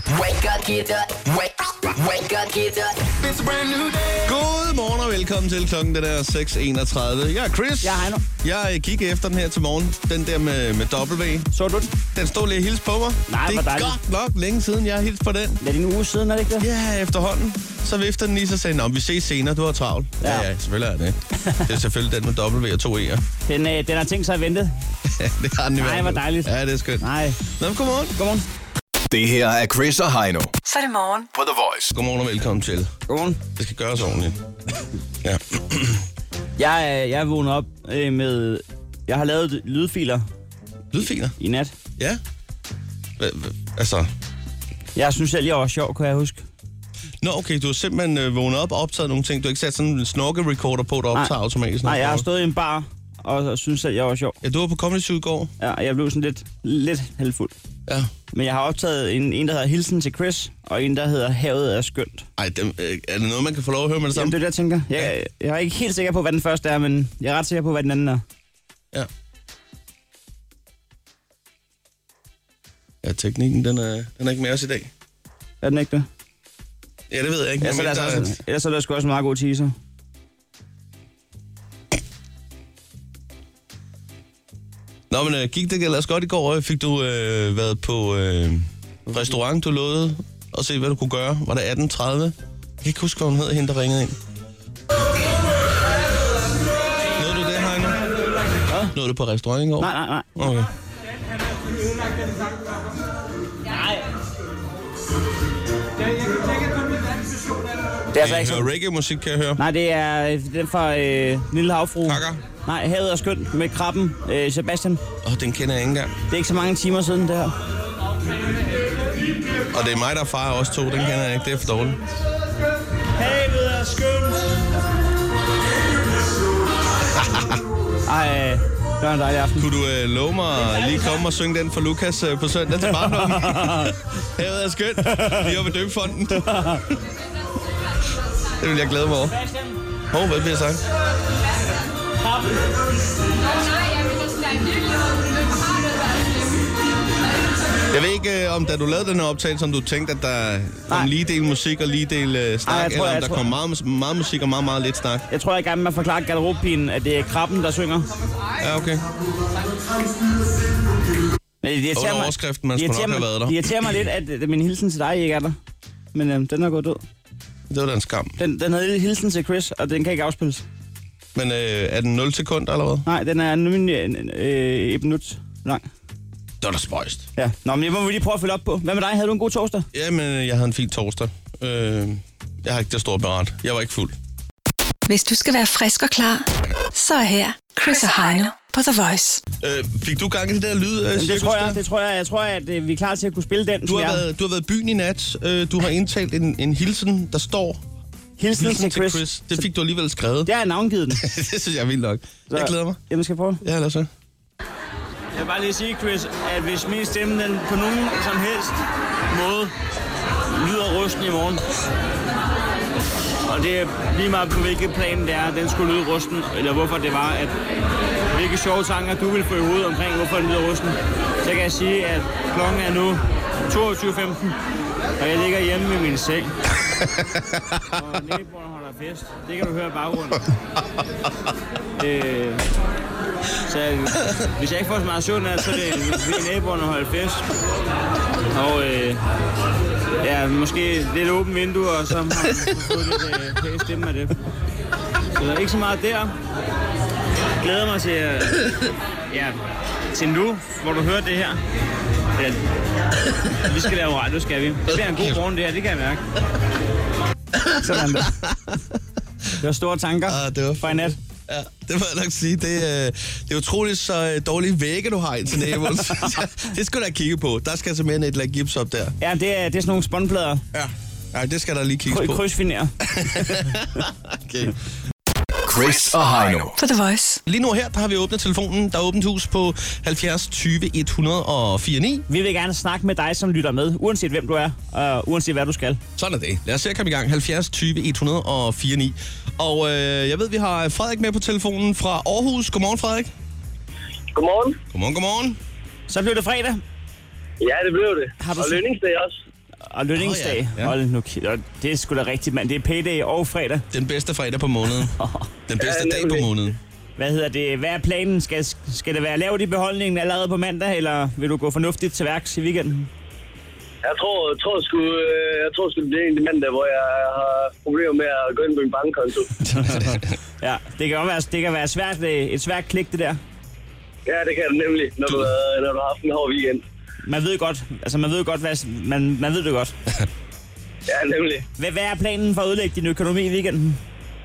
Wake up, get up. Wake up, get up. It's a brand new day. God morgen og velkommen til klokken. Den er 6.31. Jeg er Chris. Jeg er Heino. Jeg gik efter den her til morgen. Den der med W. Så du den? Den stod lige og hilste på mig. Nej, det er godt nok længe siden, jeg har hilst på den. Det er en uge siden, er det ikke det? Ja, efterhånden. Så vifter den lige, så sagde vi ses senere, du har travlt. Ja, selvfølgelig er det. Det er selvfølgelig den med W og 2 E'er. Den har tænkt sig at vente. Ja, det har den i hvert fald. Nej, hvor dejligt. Ja, det er skønt. Nej. Nå, godmorgen. Godmorgen. Det her er Chris og Heino Så er det morgen. på The Voice. Godmorgen og velkommen til. Godmorgen. Det skal gøres ordentligt. Ja. Jeg er vågnet op med... Jeg har lavet lydfiler Lydfiler? i nat. Ja. Altså... Jeg synes selv, jeg var sjov, kan jeg huske. Nå, okay, du har simpelthen vågnet op og optaget nogle ting. Du har ikke sat sådan en snorke-recorder på, der optager automatisk? Nej, jeg har stået i en bar og synes selv, jeg var sjov. Ja, du var på Comedy Zoo i går. Ja, og jeg blev sådan lidt helfuld. Ja. Men jeg har optaget en, der hedder Hilsen til Chris, og en, der hedder Havet er skønt. Ej, er det noget, man kan få lov at høre med det Jamen, samme? det er det, jeg tænker. Jeg er ikke helt sikker på, hvad den første er, men jeg er ret sikker på, hvad den anden er. Ja. Ja, teknikken, den er ikke med os i dag. Er den ikke det? Ja, det ved jeg ikke. Ellers er der sgu også en meget god teaser. Nå, men gik det ellers godt i går? Fik du været på restaurant, du lovede at se, hvad du kunne gøre? Var det 18.30? Jeg kan ikke huske, hvad hun hed, hende, der ringede ind. Nåede du det, Heino? Hvad? Nåede du på restaurant i går? Nej. Okay. Det er altså ikke Hører sådan. reggae-musik, kan jeg høre. Nej, det er den fra Lille Havfru. Kakker? Nej, Havet er skønt med krabben Sebastian. Den kender jeg ikke engang. Det er ikke så mange timer siden, det her. Og det er mig, der farer også 2. Den kender jeg ikke. Det er for dårligt. Havet er skønt. Ej, det var en dejlig aften. Kunne du love mig at lige komme og synge den for Lukas på søndag til barndommen? Havet er skønt. Lige oppe i døbefonden. Det vil jeg glæde mig over. Hvad bliver sagt? Jeg ved ikke, om da du lavede den her optagelse, om du tænkte, at der kom lige del musik og lige del snak, eller om der kom meget musik og meget, meget lidt snak. Jeg tror, jeg er i gang med at forklare garderobepigen, at det er krabben, der synger. Ja, okay. Men det irriterer Under overskriften, man skulle nok have været der. Det irriterer mig lidt, at min hilsen til dig ikke er der. Men den er gået død. Det var da en skam. Den hedder Hilsen til Chris, og den kan ikke afspilles. Men er den 0 sekunder, eller hvad? Nej, den er nemlig et minut lang. Det var da spøjst. Ja, nå, men jeg må lige prøve at følge op på. Hvad med dig? Havde du en god torsdag? Jamen, jeg havde en fin torsdag. Jeg har ikke det store beret. Jeg var ikke fuld. Hvis du skal være frisk og klar, så er her Chris og Heino på The Voice. Fik du gang i det der lyd? Det tror jeg. Jeg tror, at vi er klar til at kunne spille den. Du har været i byen i nat. Du har indtalt en hilsen, der står... Hilsen til Chris. Det fik du alligevel skrevet. Det har jeg navngivet den. Det synes jeg er vildt nok. Jeg glæder mig. Jamen, skal jeg prøve? Ja, lad os se. Jeg vil bare lige sige, Chris, at hvis min stemme den på nogen som helst måde lyder rusten i morgen, og det er lige meget på hvilket plan det er, den skulle lyde rusten, eller hvorfor det var, at hvilke sjove tanker du vil få i hovedet omkring, hvorfor den lyder rusten, så kan jeg sige, at klokken er nu 22.15, og jeg ligger hjemme i min seng. Og naboerne holder fest. Det kan du høre i baggrunden. Så hvis jeg ikke får så meget søvn, så er det fordi naboerne holder fest. Og måske lidt åbent vindue, og så har man fået lidt pæn stemme af det. Så der er ikke så meget der. Jeg glæder mig til nu, hvor du hører det her. Ja, vi skal lave radio, skal vi. Det bliver en god morgen, det her, det kan jeg mærke. Sådan der. Det var store tanker for en nat. Ja, det må jeg nok sige. Det er utroligt så dårlige vægge, du har ind til naboen. Det skal du da kigge på. Der skal simpelthen et lag gips op der. Ja, det er sådan nogle spåndplader. Ja, det skal der lige kigges på. Krydsfinere. Okay. Chris og Heino på The Voice. Lige nu her, der har vi åbnet telefonen. Der er åbent hus på 70 20 104 9. Vi vil gerne snakke med dig, som lytter med, uanset hvem du er, og uanset hvad du skal. Sådan er det. Lad os se at komme i gang. 70 20 104 9. Og jeg ved, vi har Frederik med på telefonen fra Aarhus. Godmorgen, Frederik. Godmorgen. Godmorgen. Så blev det fredag. Ja, det blev det. Og lønningsdag også. Og lønningsdag. Ja. Ja. Hold nu, det er sgu da rigtigt, mand. Det er payday og fredag. Den bedste fredag på måneden. Den bedste dag på måneden. Hvad hedder det? Hvad er planen? Skal det være lavt i beholdningen allerede på mandag, eller vil du gå fornuftigt til værks i weekenden? Jeg tror sgu, det er en mandag, hvor jeg har problemer med at gå ind på min bankkonto. Ja, det kan også være, det kan være et svært klik, det der. Ja, det kan det nemlig, når du har haft en hård weekend. Man ved godt, man ved det godt. Ja, nemlig. Hvad er planen for at ødelægge din økonomi i weekenden?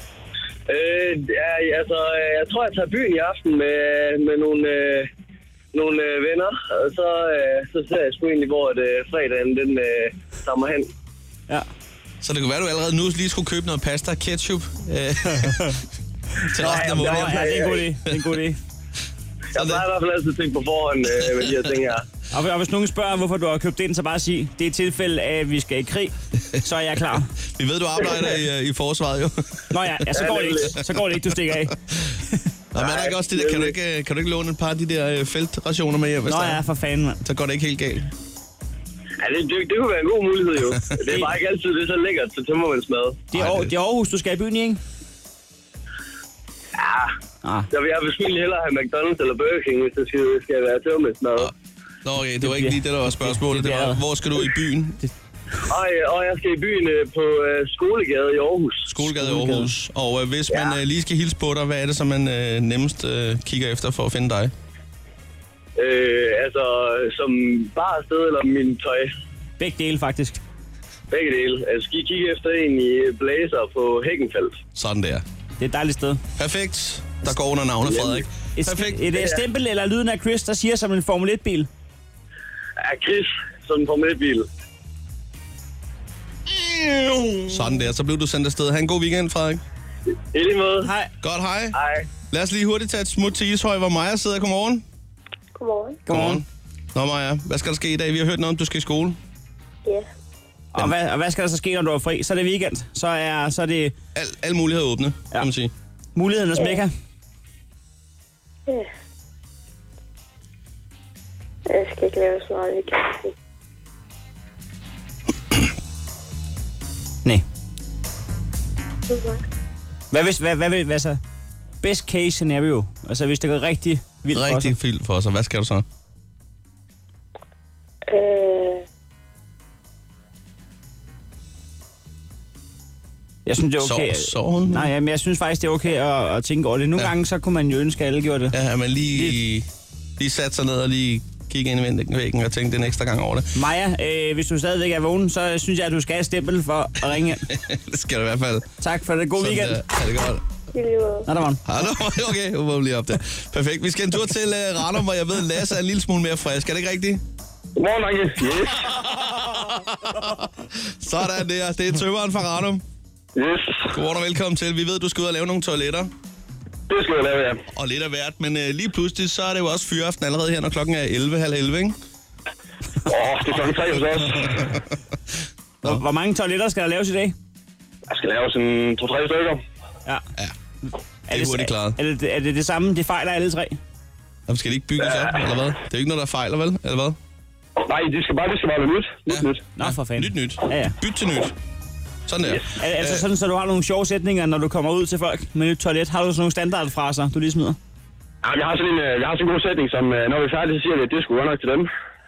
Jeg tror, jeg tager byen i aften med nogle venner, og så ser jeg sgu egentlig, hvor fredagen den tager mig hen. Ja. Så det kunne være, du allerede nu lige skulle købe noget pasta og ketchup til resten af måneden. Ja, det er en god idé. Det er en god idé. Jeg plejer i hvert fald altid tænkt på forhånd med de her ting her. Og hvis nogen spørger, hvorfor du har købt ind, så bare sig, det er et tilfælde af, at vi skal i krig, så er jeg klar. Vi ved, du arbejder i forsvaret jo. Nå ja, så går det ikke. Så går det ikke, du stikker af. Nå, men er der ikke også det der, kan du ikke låne et par af de der feltrationer med hjem? Nå ja, for fanden, mand. Så går det ikke helt galt. Ja, det kunne være en god mulighed jo. Det er bare ikke altid det er så lækkert, så tømmermandsmad. Det er Aarhus, du skal i byen i, ikke? Ja. Jeg vil selvfølgelig hellere have McDonald's eller Burger King, hvis det skal være tømmermandsmad. Nå okay, det var ikke lige det, der var spørgsmålet. Det var, hvor skal du i byen? Og jeg skal i byen på Skolegade i Aarhus. Skolegade i Aarhus. Og hvis man lige skal hilse på dig, hvad er det, som man nemmest kigger efter for at finde dig? Som bare sted eller min tøj. Begge dele, faktisk. Begge dele. Jeg skal kigge efter en i blazer på Hækkenfeldt. Sådan der. Det er et dejligt sted. Perfekt. Der går under navnet Frederik. Perfekt. Et stempel eller lyden af Chris, der siger som en Formel 1-bil? Ja, Chris, som en Formel 1-bil. Sådan der. Så blev du sendt afsted. Ha' en god weekend, Frederik. I lige måde. Hej. Godt, hej. Hej. Lad os lige hurtigt tage et smut til Ishøj, hvor Maja sidder. Godmorgen. Godmorgen. Nå, Maja. Hvad skal der ske i dag? Vi har hørt noget om, du skal i skole. Ja. Og hvad skal der så ske, når du er fri? Så er det weekend. Så er det... Alle muligheder åbne, kan man sige. Mulighedernes mekka. Ja. Jeg skal ikke lave så meget weekend. Nej. Hvad så? Best case scenario. Altså, hvis det går rigtig vildt for sig. Rigtig vildt for sig. Hvad skal du så? Jeg synes, det er okay. Sover hun? Nej, men jeg synes faktisk, det er okay at tænke over det. Nogle gange, så kunne man jo ønske, at alle gjorde det. Ja, at man lige satte sig ned og lige kigge ind i væggen og tænke den ekstra gang over det. Maja, hvis du stadigvæk er vågen, så synes jeg, at du skal have stempel for at ringe ind. Det skal du i hvert fald. Tak for det. God weekend. Ja, det er godt. Nå, der var den. Okay, nu må vi lige op det. Perfekt. Vi skal en tur til Ranum, hvor jeg ved, Lasse er en lille smule mere frisk. Er det ikke rigtigt? Godmorgen, Anke. Yes. Sådan der. Det er tømmeren fra Ranum. Yes. Godmorgen og velkommen til. Vi ved, du skal ud og lave nogle toiletter. Det skal jeg lave, ja. Og lidt af hvert, men lige pludselig, så er det jo også fyreaften allerede her, når klokken er 11:30, ikke? Det er klokken 3 hos os. Hvor mange toiletter skal der laves i dag? Jeg skal lave sådan 2-3 stykker. Ja. Det er hurtigt klaret. Er det samme? Det fejler alle tre? Og skal de ikke bygges op, eller hvad? Det er jo ikke noget, der fejler, vel? Eller hvad? Nej, det skal bare være nyt. Nå, for fanden. Nyt. Ja. Byt til nyt. Sådan der. Yes. Altså sådan, så du har nogle sjove sætninger, når du kommer ud til folk med nyt toilet. Har du sådan nogle standardfraser, du lige smider? Ja, jeg har sådan en god sætning, som når vi er færdige, så siger vi, at det skulle godt nok til dem.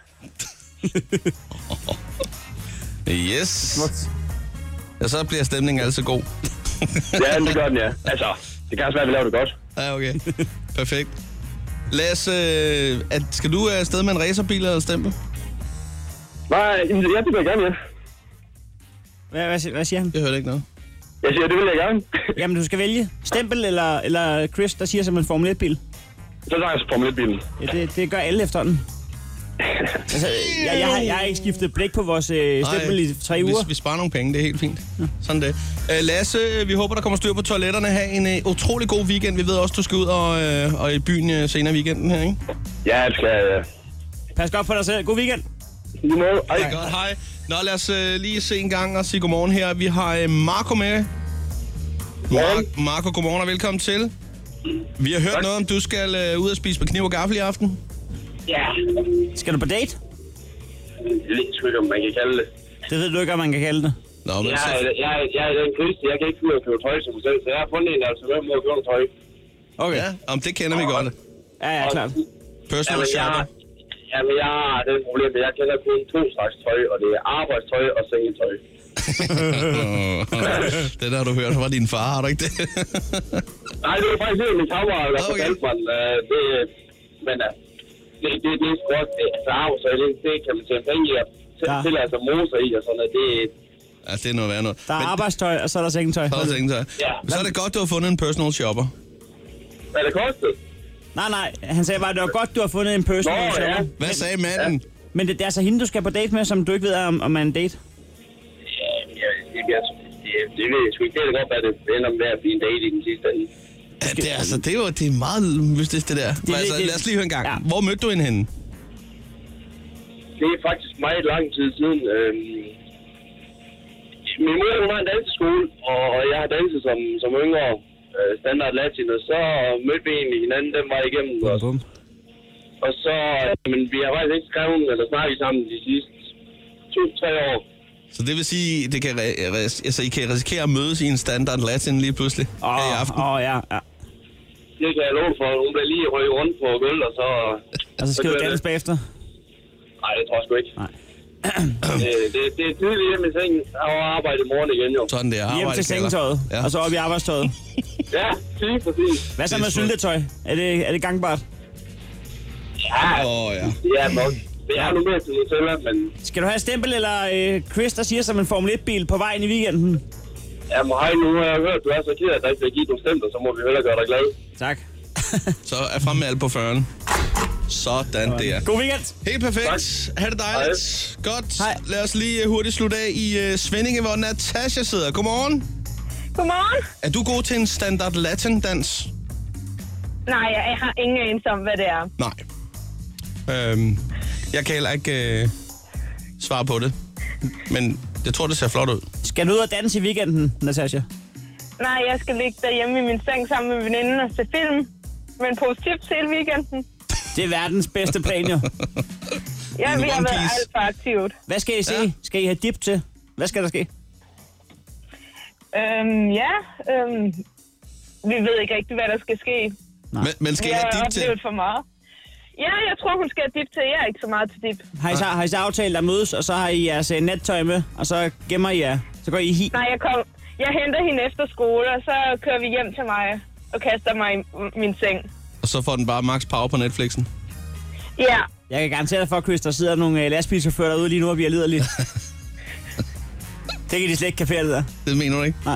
Yes. Smukt. Ja, så bliver stemningen altså god. Ja, det gør den, ja. Altså, det kan også være, at vi laver det godt. Ja, okay. Perfekt. Lasse, skal du afsted med en racerbil eller et stempel? Nej, ja, det vil jeg gerne, ja. Hvad siger han? Jeg hørte ikke noget. Jeg siger, det vil jeg gerne. Jamen, du skal vælge stempel eller Chris, der siger simpelthen Formel 1-bil. Så tager jeg så Formel 1-bilen. Ja, det gør alle efterhånden. Altså, jeg har ikke skiftet blik på vores stempel i 3 uger. Vi sparer nogle penge, det er helt fint. Ja. Sådan det. Lasse, vi håber, der kommer styr på toiletterne. Ha' en utrolig god weekend. Vi ved også, du skal ud og i byen senere i weekenden her, ikke? Ja, det skal jeg. Pas godt på dig selv. God weekend. Lige måde. Det er godt, hej. Nå, lad os lige se en gang og sige godmorgen her. Vi har Marco med. Marco, godmorgen og velkommen til. Vi har hørt noget om, du skal ud og spise på kniv og gaffel i aften. Ja. Skal du på date? Lidt tvivl, om man kan kalde det. Det ved du ikke, om man kan kalde det. Nå, men Jeg er den krist, jeg kan ikke finde at købe tøj som selv, så jeg har fundet en, der er med at købe tøj. Okay. Ja, det kender vi godt. Ja, klart. Personal shopper. Jamen, jeg har det problem, at jeg kender kun 2 slags tøj, og det er arbejdstøj og sengetøj. Det der, du hørt fra din far, har du ikke det? Nej, det er faktisk ikke min kammerat, der fortalte mig, men det er sgu også, altså arbejdstøj, det kan man tjene penge i, til altså moser i og sådan noget, det er... Ja, det er noget værd noget. Der er arbejdstøj, og så er der sengetøj. Ja. Så er det godt, du har fundet en personal shopper. Hvad det kostet? Nej, han sagde bare, at det var godt, du har fundet en personal shopper. Ja. Hvad sagde manden? Ja. Men det er altså hende, du skal på date med, som du ikke ved, om man er en date? Ja, det ved jeg sgu ikke. Det er godt, at det ender med at blive en date i den sidste ende. Ja, det er meget mystisk, det der. Lad os lige høre en gang. Ja. Hvor mødte du hende? Det er faktisk meget lang tid siden. Min mor var en danseskole, og jeg har danset som yngre standard latin, og så mødte vi egentlig hinanden, den var igennem os. Og så, men vi har faktisk ikke skrevet eller snakket sammen de sidste 2-3 år. Så det vil sige, I kan risikere at mødes i en standard latin lige pludselig her i aften? Ja. Det kan jeg love for. Hun bliver lige røget rundt på gulv, og så... Og så skal du danse bagefter? Nej, det tror jeg sgu ikke. Nej. Det er tidligt hjemme i sengen. Jeg har arbejdet i morgen igen, jo. Sådan der. Hjem til sengetøjet, ja. Og så op i arbejdstøjet. Ja, lige præcis. Hvad så med syltetøj? Er det gangbart? Ja, det er nok. Det er nu mere til Nutella, men... Skal du have et stempel, eller Chris, der siger som en Formel 1-bil på vejen i weekenden? Jamen hej, nu har jeg hørt, at du er så ked af, at der ikke bliver givet nogle stempler, så må vi hellere gøre dig glad. Tak. Så er frem med alt på 40'eren. Sådan der. God weekend. Helt perfekt. Ha' det dejligt. Hej. Godt. Hej. Lad os lige hurtigt slutte af i Svendinge, hvor Natasha sidder. Godmorgen. Godmorgen. Er du god til en standard latin-dans? Nej, jeg har ingen anelse om, hvad det er. Nej. Jeg kan heller ikke svare på det. Men jeg tror, det ser flot ud. Skal du ud og danse i weekenden, Natasha? Nej, jeg skal ligge derhjemme i min seng sammen med veninden og se film. Men positivt til weekenden. Det er verdens bedste plan, jo. Ja, vi har været alt for aktivt. Hvad skal I se? Ja. Skal I have dip til? Hvad skal der ske? Vi ved ikke rigtig, hvad der skal ske. Men skal I have dip til? Vi har oplevet for meget. Ja, jeg tror, hun skal have dip til. Jeg er ikke så meget til dip. Har I så aftalt at mødes, og så har I jeres nattøj med, og så gemmer I jer? Så går I hi? Nej, jeg henter hende efter skole, og så kører vi hjem til mig og kaster mig i min seng. Og så får den bare max power på Netflixen? Ja. Jeg kan garantere dig for, Chris, der sidder nogle lastbilchauffører derude lige nu og bliver liderligt. Det kan de slet ikke kapere, det der. Det mener du ikke? Nej.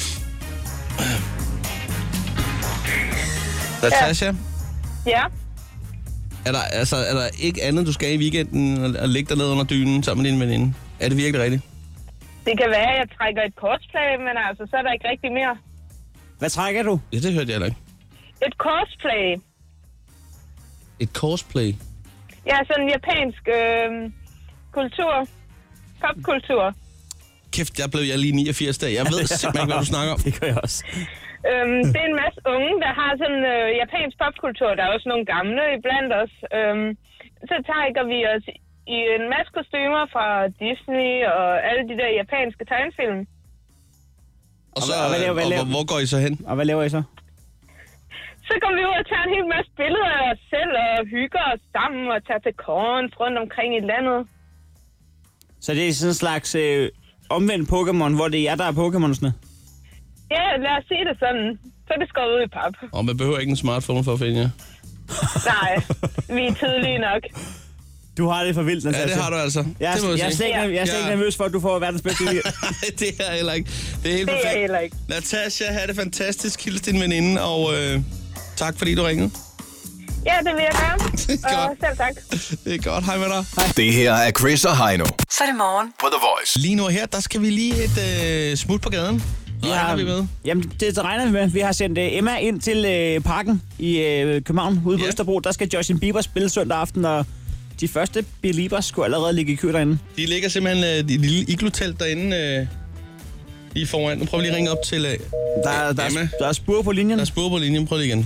Natasha? Ja? Er der ikke andet, du skal i weekenden at ligge dernede under dynen sammen med din veninde? Er det virkelig rigtigt? Det kan være, at jeg trækker et cosplay, men altså, så er der ikke rigtig mere. Hvad trækker du? Ja, det hørte jeg heller ikke. Et cosplay. Et cosplay? Ja, sådan en japansk kultur. Popkultur. Kæft, der blev jeg lige 89 der. Jeg ved simpelthen ikke, hvad du snakker om. Det gør jeg også. Det er en masse unge, der har sådan japansk popkultur. Der er også nogle gamle iblandt os. Så trækker vi os i en masse kostymer fra Disney og alle de der japanske tegnefilm. Og så, hvor går I så hen? Og hvad laver I så? Så går vi ud og tager en hel masse billeder af os selv og hygger os sammen og tager til korns rundt omkring i landet. Så det er sådan en slags omvendt Pokémon, hvor det er jer, der er Pokémons'ne? Ja, lad os sige det sådan. Så er det skåret ud i pap. Og man behøver ikke en smartphone for at finde jer. Nej, vi er tidlige nok. Du har det for vildt, Natasha. Ja, det har du altså. Jeg er slet ikke nervøs for, at du får verdens bedste weekend. Nej, det er jeg heller ikke. Det er helt perfekt. Det er heller ikke. Natasha, have det fantastisk. Hils din veninde, og tak fordi du ringede. Ja, det vil jeg gøre. Og selv tak. Det er godt. Hej med dig. Hej. Det her er Chris og Heino. Så er det morgen. På The Voice. Lige nu her, der skal vi lige et smut på gaden. Regner vi med? Jamen, det regner vi med. Vi har sendt Emma ind til parken i København, ude på Østerbro. Der skal Justin Bieber spille søndag aften, og de første Beliebers skulle allerede ligge i kø derinde. De ligger simpelthen i et lille iglotelt derinde lige foran. Nu prøver vi lige at ringe op til Der er spur på linjen. Der er spur på linjen. Prøv det igen.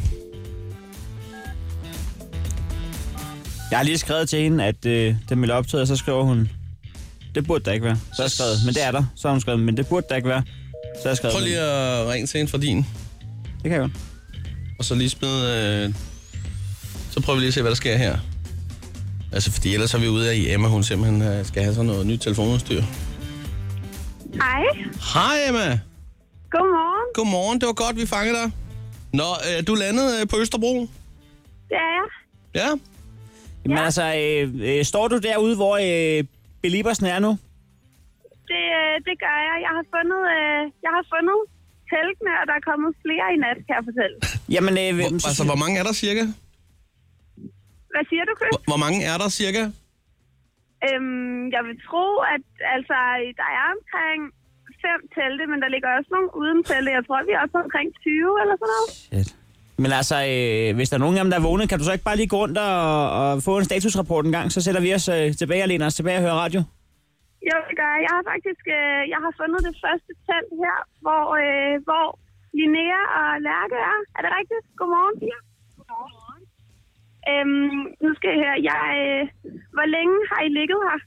Jeg har lige skrevet til hende, at den ville optage, og så skriver hun, Det burde der ikke være. Så er jeg skrevet, men det er der. Så har hun skrevet, men det burde der ikke være. Så er jeg skrevet. Prøv lige at ringe til en fra din. Det kan jeg godt. Og så lige smide... Så prøver vi lige at se, hvad der sker her. Altså, fordi ellers er vi ude af, at Emma, hun simpelthen skal have sådan noget nyt telefonudstyr. Hej. Hej, Emma. Godmorgen. Godmorgen, det var godt, vi fangede dig. Nå, du landede på Østerbro? Det er jeg. Ja. Men altså, står du derude, hvor Beliebersen er nu? Det gør jeg. Jeg har fundet teltene, og der er kommet flere i nat, kan jeg fortælle. Jamen, hvor mange er der cirka? Hvad siger du, Chris? Hvor mange er der cirka? Jeg vil tro, at altså, der er omkring 5 telte, men der ligger også nogle uden telte. Jeg tror, vi er oppe omkring 20 eller sådan noget. Shit. Men altså, hvis der er nogen af dem, der er vågne, kan du så ikke bare lige gå rundt og få en statusrapport en gang? Så sætter vi os tilbage og læner os tilbage og hører radio. Jo, det gør jeg. Jeg har fundet det første telt her, hvor Linnea og Lærke er. Er det rigtigt? Godmorgen, Pia. Godmorgen. Nu skal jeg høre. Hvor længe har I ligget her?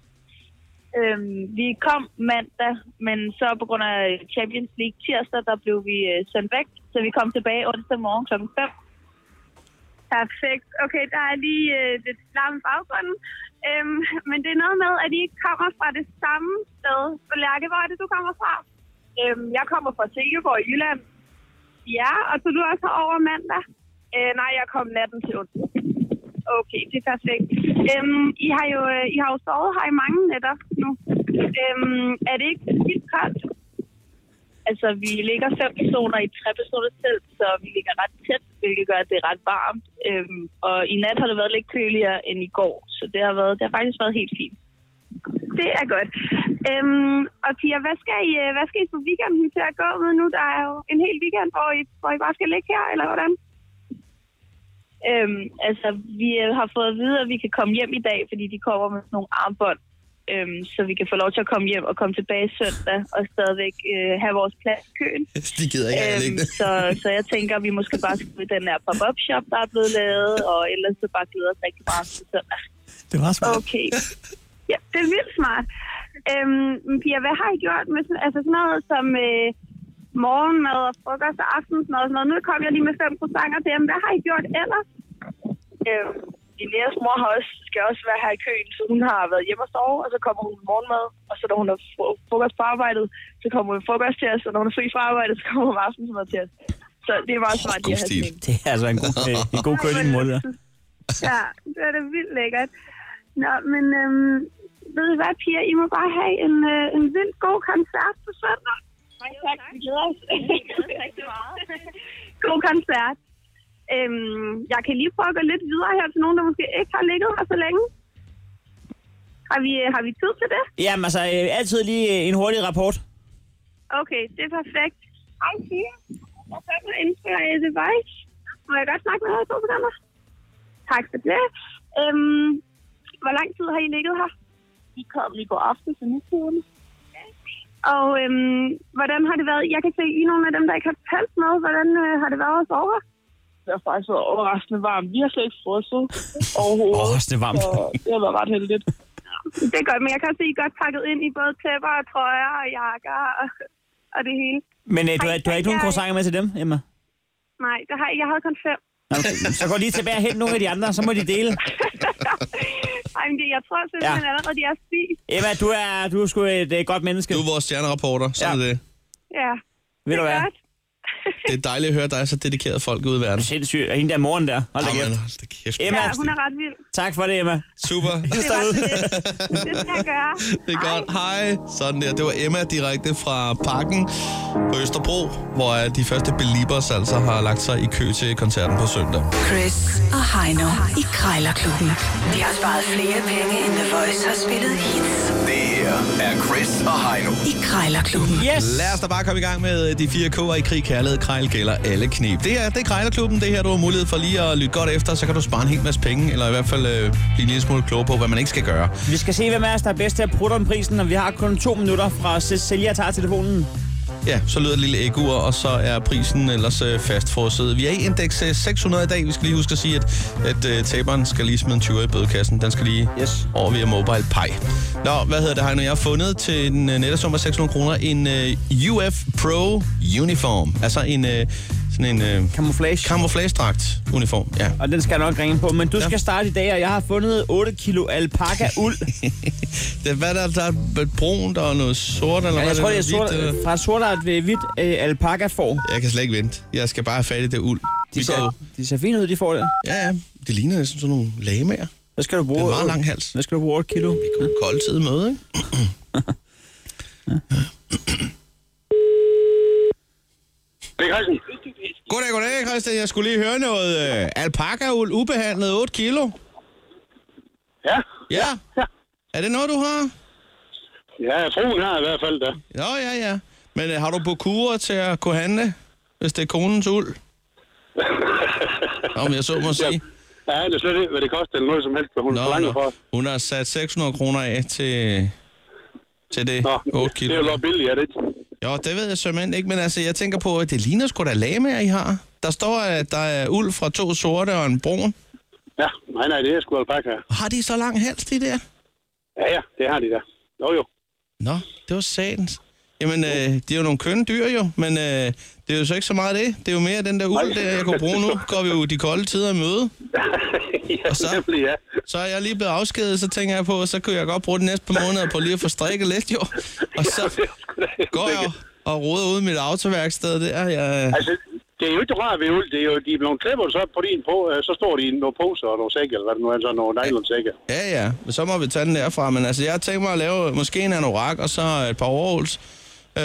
Vi kom mandag, men så på grund af Champions League tirsdag, der blev vi sendt væk. Så vi kom tilbage onsdag morgen kl. 5. Perfekt. Okay, der er lige lidt larm i baggrunden. Men det er noget med, at I ikke kommer fra det samme sted. Så Lærke, hvor er det, du kommer fra? Jeg kommer fra Silkeborg i Jylland. Ja, og så du også over mandag? Nej, jeg kom natten til onsdag. Okay, det er perfekt. I har jo sovet her i mange nætter nu. Er det ikke vildt koldt? Altså, vi ligger 5 personer i 3 personers telt, så vi ligger ret tæt, hvilket gør, at det er ret varmt. Og i nat har det været lidt køligere end i går, så det har faktisk været helt fint. Det er godt. Og Pia, hvad skal I på weekenden til at gå med nu? Der er jo en hel weekend, hvor I bare skal ligge her, eller hvordan? Altså, vi har fået at vide, at vi kan komme hjem i dag, fordi de kommer med nogle armbånd. Så vi kan få lov til at komme hjem og komme tilbage søndag og stadigvæk have vores plads i køen. De gider ikke så jeg tænker, at vi måske bare skal ud i den her pop-up shop, der er blevet lavet, og ellers så bare glæder os rigtig meget til søndag. Det var smart. Okay. Ja, det er vildt smart. Pia, hvad har I gjort med sådan noget som morgenmad og frokost og aftensmad og sådan noget? Nu kom jeg lige med 5 croissanter til dem. Hvad har I gjort ellers? Lineas mor skal også være her i køen, så hun har været hjemme og sove, og så kommer hun med morgenmad, og så når hun har frokost på arbejdet, så kommer hun med frokost til os, og når hun er fri fra arbejdet, så kommer hun med aftensmad til os. Så det er meget smart, de har sådan en. Det er altså en god køling-mål, ja. Ja, det er da vildt lækkert. Nå, men ved I hvad, Pia? I må bare have en vildt god koncert på søndag. Mange tak, vi glæder os. Rigtig meget. God koncert. Jeg kan lige prøve at gå lidt videre her til nogen, der måske ikke har ligget her så længe. Har vi tid til det? Jamen altså, altid lige en hurtig rapport. Okay, det er perfekt. Hej, Pia. Jeg er inden for Device. Må jeg godt snakke med dig 2 sekunder? Tak for det. Hvor lang tid har I ligget her? Vi kom i går aften til nytårene. Og hvordan har det været? Jeg kan se, I er nogle af dem, der ikke har talt med. Hvordan har det været at sove her? Det har faktisk været overraskende varmt. Vi har slet ikke frosset overhovedet. Overraskende varmt. Så det har været ret heldigt. Ja, det er godt, men jeg kan også se, at I er godt pakket ind i både tæpper og trøjer og jakker og det hele. Men du har ikke nogen croissanter med til dem, Emma? Nej, jeg havde kun 5. Okay, så gå lige tilbage og hente nogle af de andre, så må de dele. Ej, men jeg tror simpelthen allerede, de er spist. Emma, du er sgu et godt menneske. Du er vores stjernereporter, sådan er det. Ja, ved du hvad? Godt. Det er dejligt at høre dig så dedikeret folk ude i verden. Sindssygt. Og hende der moren der. Hold da kæft. Emma, ja, hun er ret vild. Tak for det, Emma. Super. Det skal jeg gøre. Det er godt. Hej. Sådan der. Det var Emma direkte fra Parken på Østerbro, hvor de første Beliebers altså har lagt sig i kø til koncerten på søndag. Chris og Heino i Krejlerklubben. De har sparet flere penge, end The Voice har spillet hits. Det her er Chris og Heino i Krejlerklubben. Yes. Lad os da bare komme i gang med de 4 K'er i krig, kærlighed, krejl, gælder alle knep. Det er Krejlerklubben. Det her, du har mulighed for lige at lytte godt efter, så kan du spare en hel masse penge, eller i hvert fald blive en lille smule klogere på, hvad man ikke skal gøre. Vi skal se, hvem af os, der er bedst til at prutte om prisen, og vi har kun 2 minutter fra Cecilia tager telefonen. Ja, så lyder et lille ægur, og så er prisen ellers fastfrosset. Vi er i indeks 600 i dag. Vi skal lige huske at sige, at taberen skal lige smide en 20 i bødekassen. Den skal lige over via Mobile Pay. Nå, hvad hedder det her, når jeg har fundet til en nettesum af 600 kroner en UF Pro uniform. Altså en sådan en camouflage-dragt uniform, ja. Og den skal jeg nok ringe på, men du skal starte i dag, og jeg har fundet 8 kilo alpaca-uld. Hvad der er brunt og noget sort? Eller jeg tror, det er sort, fra sort og hvidt alpaca-får. Jeg kan slet ikke vente. Jeg skal bare have fat i det uld. De ser fine ud, de får det. Ja. Det ligner næsten sådan nogle lamaer. Hvad skal du bruge? Det er meget lang hals. Hvad skal du bruge 8 kilo? Vi kunne kolde tid møde, ikke? Det er Christian. Goddag, Christian. Jeg skulle lige høre noget alpaca-uld, ubehandlet 8 kilo. Ja. Ja. Er det noget, du har? Ja, fruen har i hvert fald da. Nå, ja. Men har du prokurer til at kunne handle, hvis det er konens uld? Nå, men jeg så må sige. Ja, det er slet ikke, hvad det koster eller noget som helst, hvad hun forlanger for. Hun har sat 600 kroner af til det 8 kilo. Det er jo lidt billigt, er det ikke? Jo, det ved jeg simpelthen ikke, men altså, jeg tænker på, at det ligner sgu da lamaer, I har. Der står, at der er uld fra 2 sorte og en brun. Ja, nej, det er sgu alpaca. Har de så lang hals, de der? Ja, det har de da. Jo. Nå, det var satans. Jamen, det er jo nogle kønne dyr jo, men det er jo så ikke så meget det. Det er jo mere den der uld, der jeg kunne bruge nu. Går vi jo de kolde tider i møde. Ja, og så er jeg lige blevet afskediget, så tænker jeg på, så kunne jeg godt bruge de næste par måneder på lige at få strikket lidt jo. Og så går jeg og roder ud i mit autoværksted der. Altså, det er jo ikke rart ved uld. Det er jo, de er blevet klippet, så på din på, så står de i nogle poser og nogle sække, eller hvad det nu er, sådan nogle nylonsække. Ja, men så må vi tage den derfra. Men altså, jeg har tænkt mig at lave måske en anorak og så et par overholds. Ja.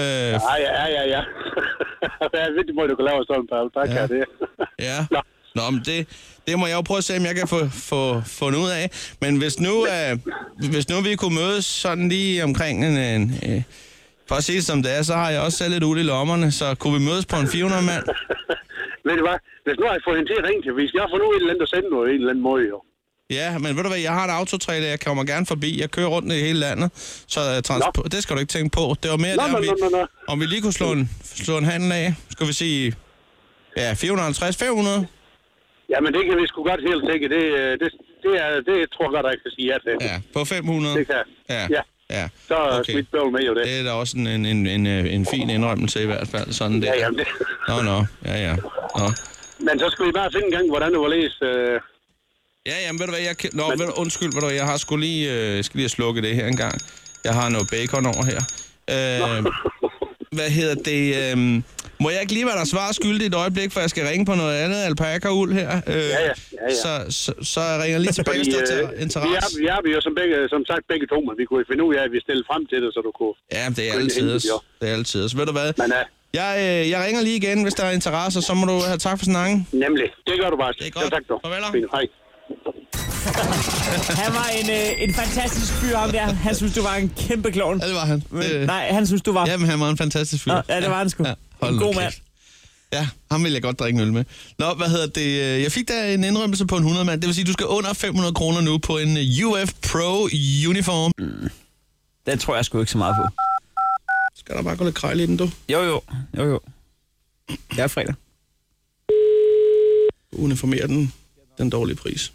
Det er vildt, du kan lave sådan på alpaca, det. Ja. Nå, men det må jeg jo prøve at se, om jeg kan få fundet ud af. Men hvis nu vi kunne mødes sådan lige omkring for at sige det som det er, så har jeg også selv lidt uld i lommerne, så kunne vi mødes på en 400 mand? Ved du hvad? Hvis nu har jeg fået hende til at ringe til, vi skal få nu et eller andet at sende noget, en eller anden måde, jo. Ja, men ved du hvad, jeg har et autotrailer, jeg kommer gerne forbi. Jeg kører rundt i hele landet, så det skal du ikke tænke på. Det var mere om vi lige kunne slå en handel af. Skal vi sige, 450, 500? Ja, men det kan vi sgu godt helt sikkert. Det tror jeg godt, jeg kan sige ja til. Ja, på 500? Det kan Ja. Så er smidt bøvl med jo det. Det er da også en fin indrømmelse i hvert fald. Sådan der. Ja, jamen det. Nå. Ja. Nå. Men så skal vi bare finde en gang, hvordan det var læst. Ja, jamen ved du hvad, undskyld, ved du, jeg har sgu lige, skal lige slukke det her en gang. Jeg har noget bacon over her. Hvad hedder det? Må jeg ikke lige være der svar skyldig et øjeblik, for jeg skal ringe på noget andet alpaca-uld her? Ja. Så jeg ringer lige tilbage, hvis der tager interesse. Vi er jo som sagt begge to, men vi kunne finde ud af, at vi stille frem til det, så du kunne... Ja, det er altid. Så ved du hvad? Men, jeg ringer lige igen, hvis der er interesse, så må du have tak for snakken. Nemlig. Det gør du bare. Det er godt. Ja, tak, du. Farvel. Hej. Han var en fantastisk fyr, ham der. Han synes, du var en kæmpe klovn. Ja, det var han. Nej, han synes, du var... Jamen, han var en fantastisk fyr. Ja, det var han sgu. Ja, en god mand. Ja, ham vil jeg godt drikke en øl med. Nå, hvad hedder det? Jeg fik da en indrømmelse på en 100 mand. Det vil sige, du skal under 500 kroner nu på en UF Pro uniform. Den tror jeg sgu ikke så meget på. Skal der bare gå lidt krejl i den, du? Jo. Det er fredag. Uniformer den dårlige pris.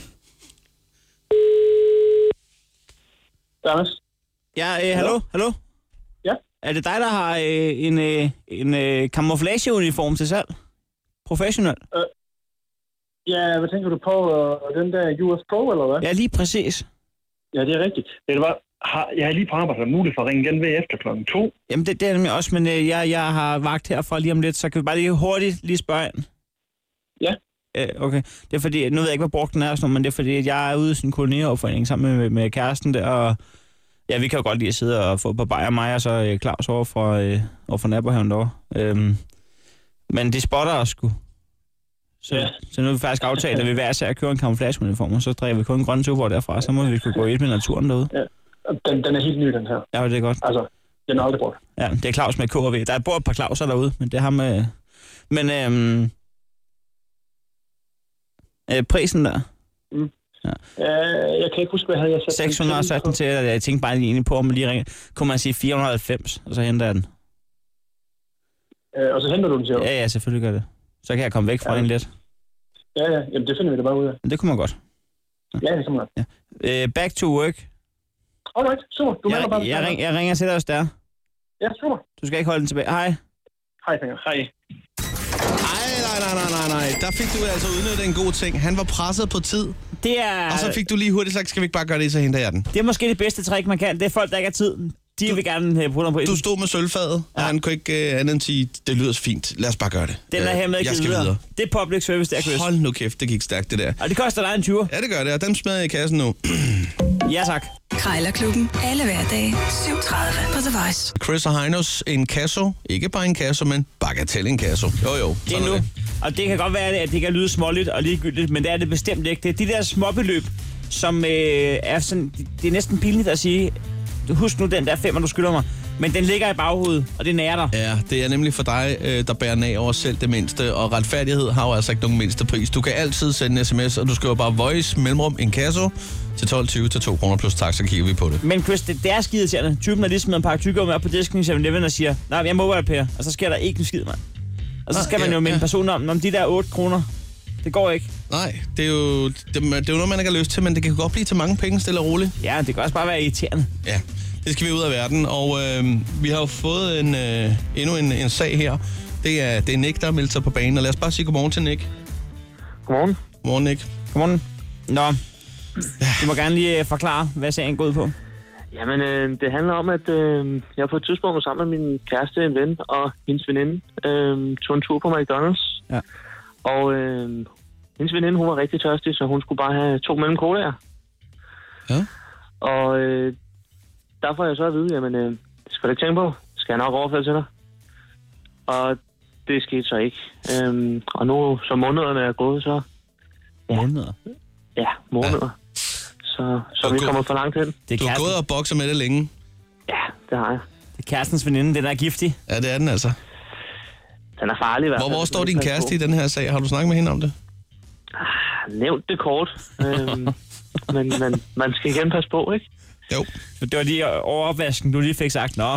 Thomas? Ja, hallo? Ja? Er det dig, der har en camouflageuniform til salg? Professionel? Ja, hvad tænker du på? Den der UF Pro, eller hvad? Ja, lige præcis. Ja, det er rigtigt. Ved du hvad? Jeg er lige på arbejde, så muligt for at ringe igen ved efter klokken 2. Jamen, det er nemlig også, men jeg har vagt herfra lige om lidt, så kan vi bare lige hurtigt spørge ind? Ja. Okay. Det er fordi, nu ved jeg ikke, hvad brugt den er, men det er fordi, at jeg er ude i sådan en kolonihaveforening sammen med kæresten der, og ja, vi kan jo godt lide at sidde og få på bajer mig, og så Claus over for nabohaven derovre. Men de spotter os sgu. Så nu er vi faktisk aftalt, at vi hver især kører en camouflageuniform, og så drikker vi kun en grøn tubor derfra, så må vi sgu gå i med naturen derude. Ja. Den er helt ny, den her. Ja, det er godt. Altså, den er aldrig brugt. Ja, det er Claus med KV. Der bor et par Clauser derude, men det er ham med... Men prisen der? Mm. Ja. Jeg kan ikke huske, hvad jeg havde sat. 617 til, og jeg tænkte bare lige på, om man lige ringer. Kunne man sige 490, og så henter jeg den? Og så henter du den til os? Ja, selvfølgelig gør det. Så kan jeg komme væk fra den lidt. Ja. Jamen, det finder vi da bare ud af. Det kunne man godt. Ja, det kunne man godt. Ja. Back to work. Alright, super. Du melder bare. Jeg ringer til dig også der. Ja, super. Du skal ikke holde den tilbage. Hej. Hej, Finger. Hej. Nej. Der fik du altså udnyttet en god ting. Han var presset på tid. Det er... Og så fik du lige hurtigt sagt, skal vi ikke bare gøre det, så henter jeg den. Det er måske det bedste trick, man kan. Det er folk, der ikke har tid. De vil gerne bruge den på. Du stod med sølvfadet, og han kunne ikke andet end sige, det lyder fint. Lad os bare gøre det. Den er hermed jeg skal videre. Det er public service, der, Chris. Hold nu kæft, det gik stærkt, det der. Og det koster dig en 20. Ja, det gør det, og dem smider jeg i kassen nu. Ja, tak. Krejlerklubben. Alle hverdage. 7:30 på The Voice. Chris og Heinos inkasso. Ikke bare inkasso, men bagatell inkasso. Jo. Det er nu. Og det kan godt være, at det kan lyde småligt og ligegyldigt, men det er det bestemt ikke. Det er de der småbeløb, som er sådan... Det er næsten pinligt at sige, husk nu den der 5, du skylder mig. Men den ligger i baghovedet, og det nærer dig. Ja, det er nemlig for dig, der bærer nag over selv det mindste. Og retfærdighed har jo altså ikke nogen mindste pris. Du kan altid sende en sms, og du skriver bare voice mellemrum inkasso til 12.20 til 2 kroner plus tax, så kigger vi på det. Men Chris, det er skideirriterende. Typen er lige smidt en pakke tyggegummi op på disken i 7-Eleven og siger, nej, jeg må være Per. Og så sker der ikke en skid, mand. Og så skal man jo minde personen om de der 8 kroner. Det går ikke. Nej, det er jo noget, man ikke har lyst til, men det kan godt blive til mange penge, stille og roligt. Ja, det kan også bare være irriterende. Ja, det skal vi ud af verden, og vi har jo fået endnu en sag her. Det er Nick, der har meldt sig på banen, og lad os bare sige godmorgen til Nick. Godmorgen. Godmorgen, Nick. Godmorgen. Nå, du må gerne lige forklare, hvad sagen går ud på. Jamen, det handler om, at jeg på et tidspunkt var sammen med min kæreste, en ven og hendes veninde tog en tur på McDonald's. Ja. Og hendes veninde, hun var rigtig tørstig, så hun skulle bare have 2 mellem colaer. Ja. Og der får jeg så at vide, jamen, det skal du ikke tænke på. Skal jeg nok overføre til dig? Og det skete så ikke. Og nu, som månederne er gået, så... Ja. Måneder? Ja, måneder. Ja. Så vi kommer for langt hen. Du har gået og bokset med det længe. Ja, det har jeg. Det er kærestens veninde, den er giftig. Ja, det er den altså. Den er farlig i hvert fald. Hvor står din kæreste i den her sag? Har du snakket med hende om det? Nævnt det kort. Men man skal igen passe på, ikke? Jo. Det var lige over opvasken, du lige fik sagt, nå.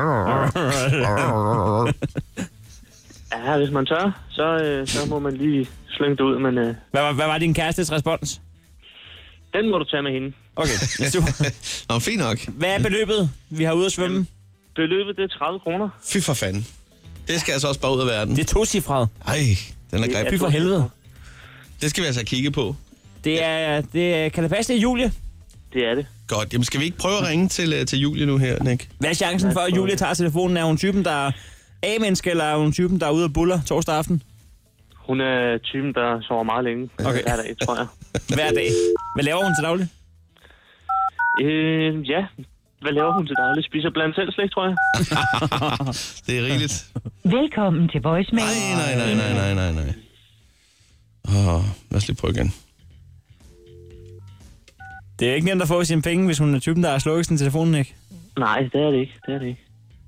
Ja, hvis man tør, så må man lige slynge det ud, men... Hvad var din kærestes respons? Den må du tage med hende. Okay, super. Nå, fint nok. Hvad er beløbet, vi har ude at svømme? Jamen, beløbet, det er 30 kroner. Fy for fanden. Det skal altså også bare ud af verden. Det er 2-cifret. Ej, den er grej. Fy for helvede. Det skal vi altså kigge på. Det er kan det passe, det er Julie? Det er det. Godt. Jamen, skal vi ikke prøve at ringe til Julie nu her, Nick? Hvad er chancen for, at Julie tager telefonen? Er hun typen, der er A-menneske, eller er hun typen, der er ude og buller torsdag aften? Hun er typen, der sover meget længe. Okay. Hver dag, tror jeg. Hver dag. Hvad laver hun til daglig? Ja. Hvad laver hun til daglig? Spiser blandt selv slik, tror jeg. Det er rigeligt. Velkommen til voicemail. Nej. Lad os lige prøve igen. Det er ikke nemt at få sine penge, hvis hun er typen, der har slukket sin telefonen, ikke? Nej, det er det ikke. Det er det ikke.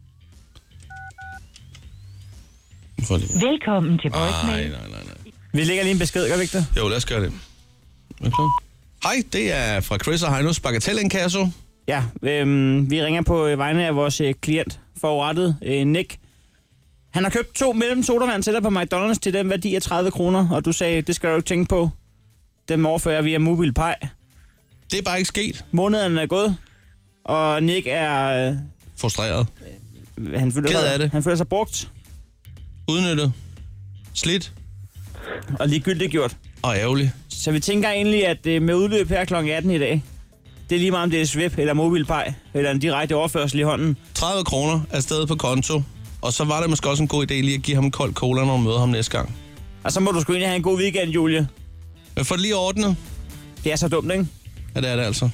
Velkommen til voicemail. Nej. Vi lægger lige en besked, gør vi ikke det? Jo, lad os gøre det. Hej, det er fra Chris og Heinos Bagatell Inkasso. Ja, vi ringer på vegne af vores klient forurettet, Nick. Han har købt 2 mellem sodavand til dig på McDonald's til den værdi af 30 kroner, og du sagde, det skal du ikke tænke på. Dem overfører via MobilePay. Det er bare ikke sket. Måneden er gået, og Nick er... frustreret. Han føler sig brugt. Udnyttet. Slidt. Og ligegyldigt gjort. Og ærgerligt. Så vi tænker egentlig, at med udløb her kl. 18 i dag, det er lige meget om det er Swip eller MobilePay, eller en direkte overførsel i hånden. 30 kroner er stedet på konto, og så var det måske også en god idé lige at give ham en kold cola, når du møder ham næste gang. Og så må du sgu egentlig have en god weekend, Julie. Men få det lige ordnet. Det er så dumt, ikke? Ja, det er det altså.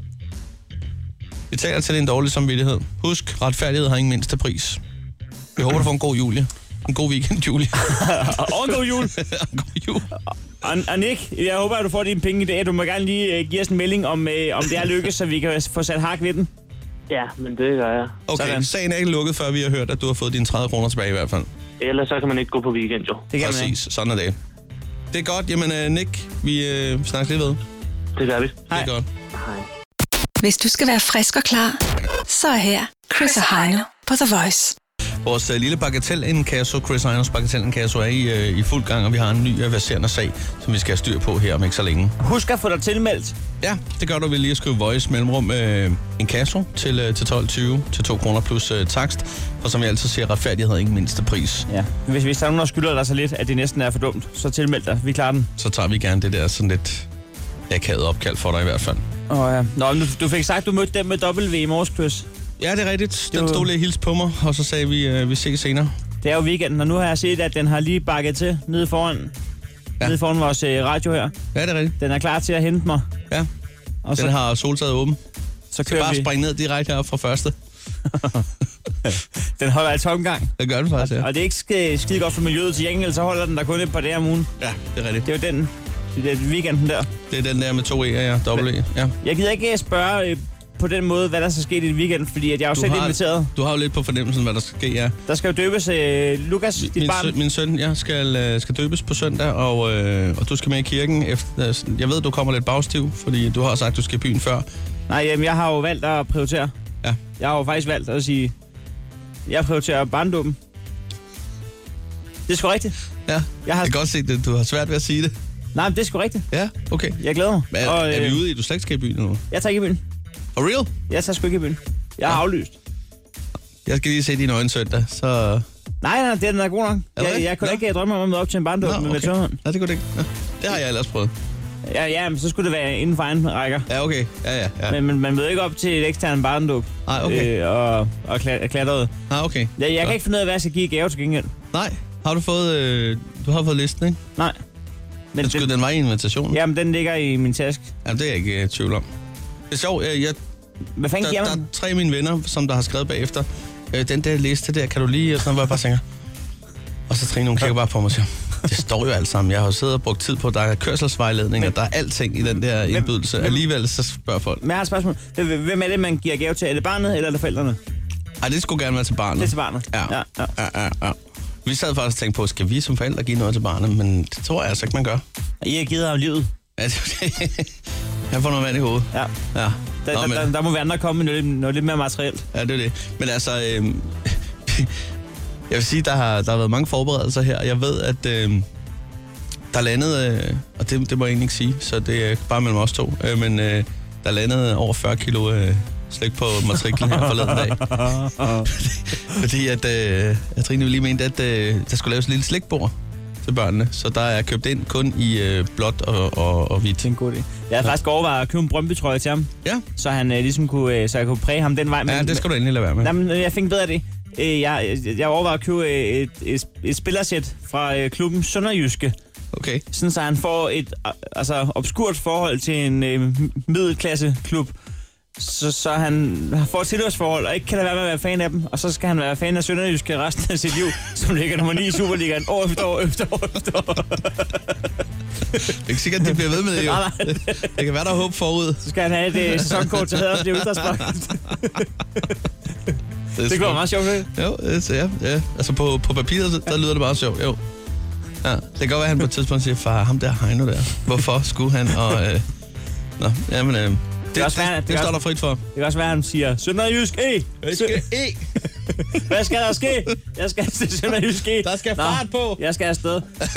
Vi taler til din dårlige samvittighed. Husk, retfærdighed har ingen mindste pris. Vi håber, du får en god jul. En god weekend, Julie. Og en god jul. En god jul. Og Nick, jeg håber, at du får din penge i dag. Du må gerne lige give os en melding, om det er lykkes, så vi kan få sat hak ved den. Ja, men det gør jeg. Okay, sådan. Sagen er ikke lukket, før vi har hørt, at du har fået dine 30 kroner tilbage i hvert fald. Ellers så kan man ikke gå på weekend, jo. Det kan præcis, sådan er det. Det er godt. Jamen, Nick, vi snakkes lige ved. Det gør vi. Hej. Det er godt. Hej. Hvis du skal være frisk og klar, så er her Chris og Heino på The Voice. Vores lille bagatelinkasso, Chris Heinos bagatelinkasso, er i fuld gang, og vi har en ny verserende sag, som vi skal have styr på her om ikke så længe. Husk at få dig tilmeldt. Ja, det gør du ved lige at skrive voice mellemrum inkasso til 12.20 til 2 kroner plus takst. Og som jeg altid siger, retfærdighed er ikke mindste pris. Ja. Hvis der er nogen, der skylder dig så lidt, at det næsten er for dumt, så tilmeld dig. Vi klarer den. Så tager vi gerne det der sådan lidt akavet opkald for dig i hvert fald. Ja. Nå, du fik sagt, du mødte dem med W i morges, Chris. Ja, det er rigtigt. Den stod lige hils på mig, og så sagde vi ses senere. Det er jo weekenden, og nu har jeg set, at den har lige bakket til nede foran vores radio her. Ja, det er rigtigt. Den er klar til at hente mig. Ja, og den har soltaget åben. Så kører bare springe ned direkte her fra første. Den holder altså omgang. Det gør den faktisk, ja. Og det er ikke skide godt for miljøet til gengæld, så holder den der kun et par dage om ugen. Ja, det er rigtigt. Det er jo den. Det er weekenden der. Det er den der med 2 E'er, ja. Dobbelt E, ja. Jeg gider ikke spørge på den måde, hvad der skal ske i det weekend, fordi at jeg er jo selv inviteret. Du har jo lidt på fornemmelsen, hvad der skal ske, ja. Der skal jo døbes Lukas, dit barn. Min søn, jeg skal døbes på søndag, og du skal med i kirken efter. Jeg ved, du kommer lidt bagstiv, fordi du har sagt, du skal i byen før. Nej, jamen, jeg har jo valgt at prioritere. Ja. Jeg har jo faktisk valgt at sige, jeg prioriterer barndåben. Det er sgu rigtigt. Ja, jeg kan godt se, at du har svært ved at sige det. Nej, men det er sgu rigtigt. Ja, okay. Jeg glæder mig. Er vi ude i, du slet ikke skal i byen nu? Jeg tager ikke i byen. For real? Jeg tager sgu ikke i byen. Jeg har aflyst. Jeg skal lige se dine øjne søndag, så... Nej, den er god nok. Jeg kunne ikke drømme om at møde op til en barndåb med tørhånd. Nej, det kunne det ikke. Ja. Det har jeg ellers prøvet. Ja, men så skulle det være inden for egen rækker. Ja, okay. Ja. Men man møder ikke op til et ekstern barndåb. Nej, okay. Og klatret. Nej, okay. Jeg kan ikke finde ud af, hvad jeg skal give i gave til gengæld. Nej. Har du fået... du har fået listen, ikke? Nej. Men den var i invitationen? Jamen, den ligger i min taske. Ja, det er jeg ikke i tvivl om. Det er sjovt. Hvad fanden giver man? Der er 3 af mine venner, som der har skrevet bagefter. Den der liste der, kan du lige... Sådan var jeg bare tænker. Og så Trine, hun kigger bare på mig og siger, det står jo alt sammen. Jeg har jo siddet og brugt tid på, der er kørselsvejledning, og der er alting i den der indbydelse. Alligevel så spørger folk. Men jeg har et spørgsmål. Hvem er det, man giver gave til? Er det barnet, eller er det forældrene? Ej, det skulle gerne være til barnet. Det er til barnet? Ja. Vi sad faktisk og tænkte på, skal vi som forældre give noget til barnet? Men det tror jeg altså ikke, man gør. I har givet ham livet. Ja, jeg får noget vand i hovedet. Ja. Der må være andre komme med noget lidt mere materielt. Ja, det er det. Men altså, jeg vil sige, der har været mange forberedelser her. Jeg ved, at der landede, og det må jeg egentlig ikke sige, så det er bare mellem os to, men der landede over 40 kilo slik på matriklen her forleden dag. Fordi at Trine lige mente, at der skulle laves et lille slikbord til børnene, så der er købt ind kun i blåt og hvidt. Det er en god idé. Jeg havde faktisk overvejet at købe en Brøndby-trøje til ham, ja. Så han ligesom kunne, så jeg kunne præge ham den vej. Ja, det skal du endelig lade være med. Nej, men jeg fik en bedre idé. Jeg overvejer at købe et spillersæt fra klubben Sønderjyske. Okay. Sådan så han får et obskurt forhold til en middelklasseklub. Så han får et tilhørsforhold, og ikke kan lade være med at være fan af dem. Og så skal han være fan af Sønderjyske resten af sit liv, som ligger nummer 9 i Superligaen år efter år. Det er ikke sikkert, at de bliver ved med det, jo. Nej. Det kan være, der er håb forud. Så skal han have et sæsonkort til Haderslev Idrætspark. Det kunne være meget sjovt, ikke? Jo, ja. Altså på papiret, der lyder det bare sjovt, jo. Ja, det kan godt være, at han på et tidspunkt siger, far, ham der Heino der. Hvorfor skulle han? Det står der frit for. Det kan også være, at han siger, Sønderjysk E! Hvad skal der ske? Jeg skal til Sønderjysk E! Der skal fart på! Jeg skal afsted.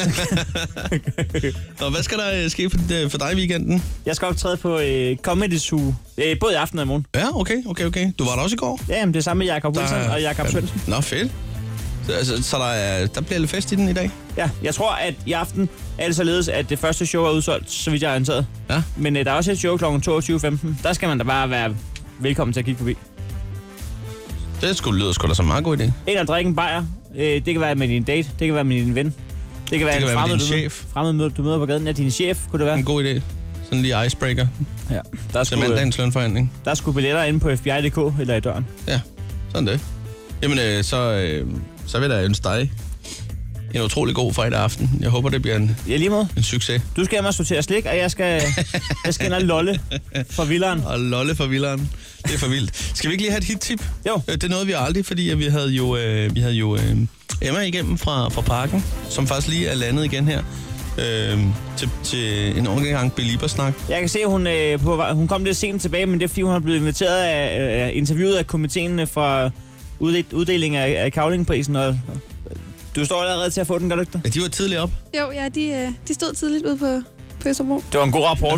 Og hvad skal der ske for dig i weekenden? Jeg skal optræde på Comedy Zoo. Både i aften og i morgen. Ja, okay. Du var der også i går? Ja, men det er sammen med Jakob Wilson og Jakob Sørensen. Nå, fedt. Så der bliver lidt fest i den i dag? Ja, jeg tror, at i aften er det således, at det første show er udsolgt, så vidt jeg er orienteret. Ja. Men der er også et show kl. 22.15. Der skal man da bare være velkommen til at kigge forbi. Det lyder sgu da som en meget god idé. Ind og drikke en bajer. Det kan være med din date. Det kan være med din ven. Det kan være en fremmed, chef. Fremmed, du møder på gaden. Ja, din chef, kunne det være. En god idé. Sådan lige icebreaker. Ja. Der er mandagens lønforhandling. Der er sgu billetter inde på FBI.dk eller i døren. Ja, sådan det. Jamen, så vil jeg ønske dig en utrolig god fredag aften. Jeg håber, det bliver en succes. Du skal hjem og sortere slik, og jeg skal ind og lolle for vilderen. Og lolle for vilderen. Det er for vildt. Skal vi ikke lige have et hit-tip? Jo. Det nåede vi aldrig, fordi vi havde jo Emma igennem fra parken, som faktisk lige er landet igen her. Til en omgang Belieber-snak. Jeg kan se, at hun kom lidt sent tilbage, men det er fordi, hun har blevet inviteret af interviewet af komiteen fra uddeling af kavlingprisen, og du står allerede til at få den, gør du ikke det? Ja, de var tidligt op. Jo, ja, de stod tidligt ude på Østerbro. Det var en god rapport.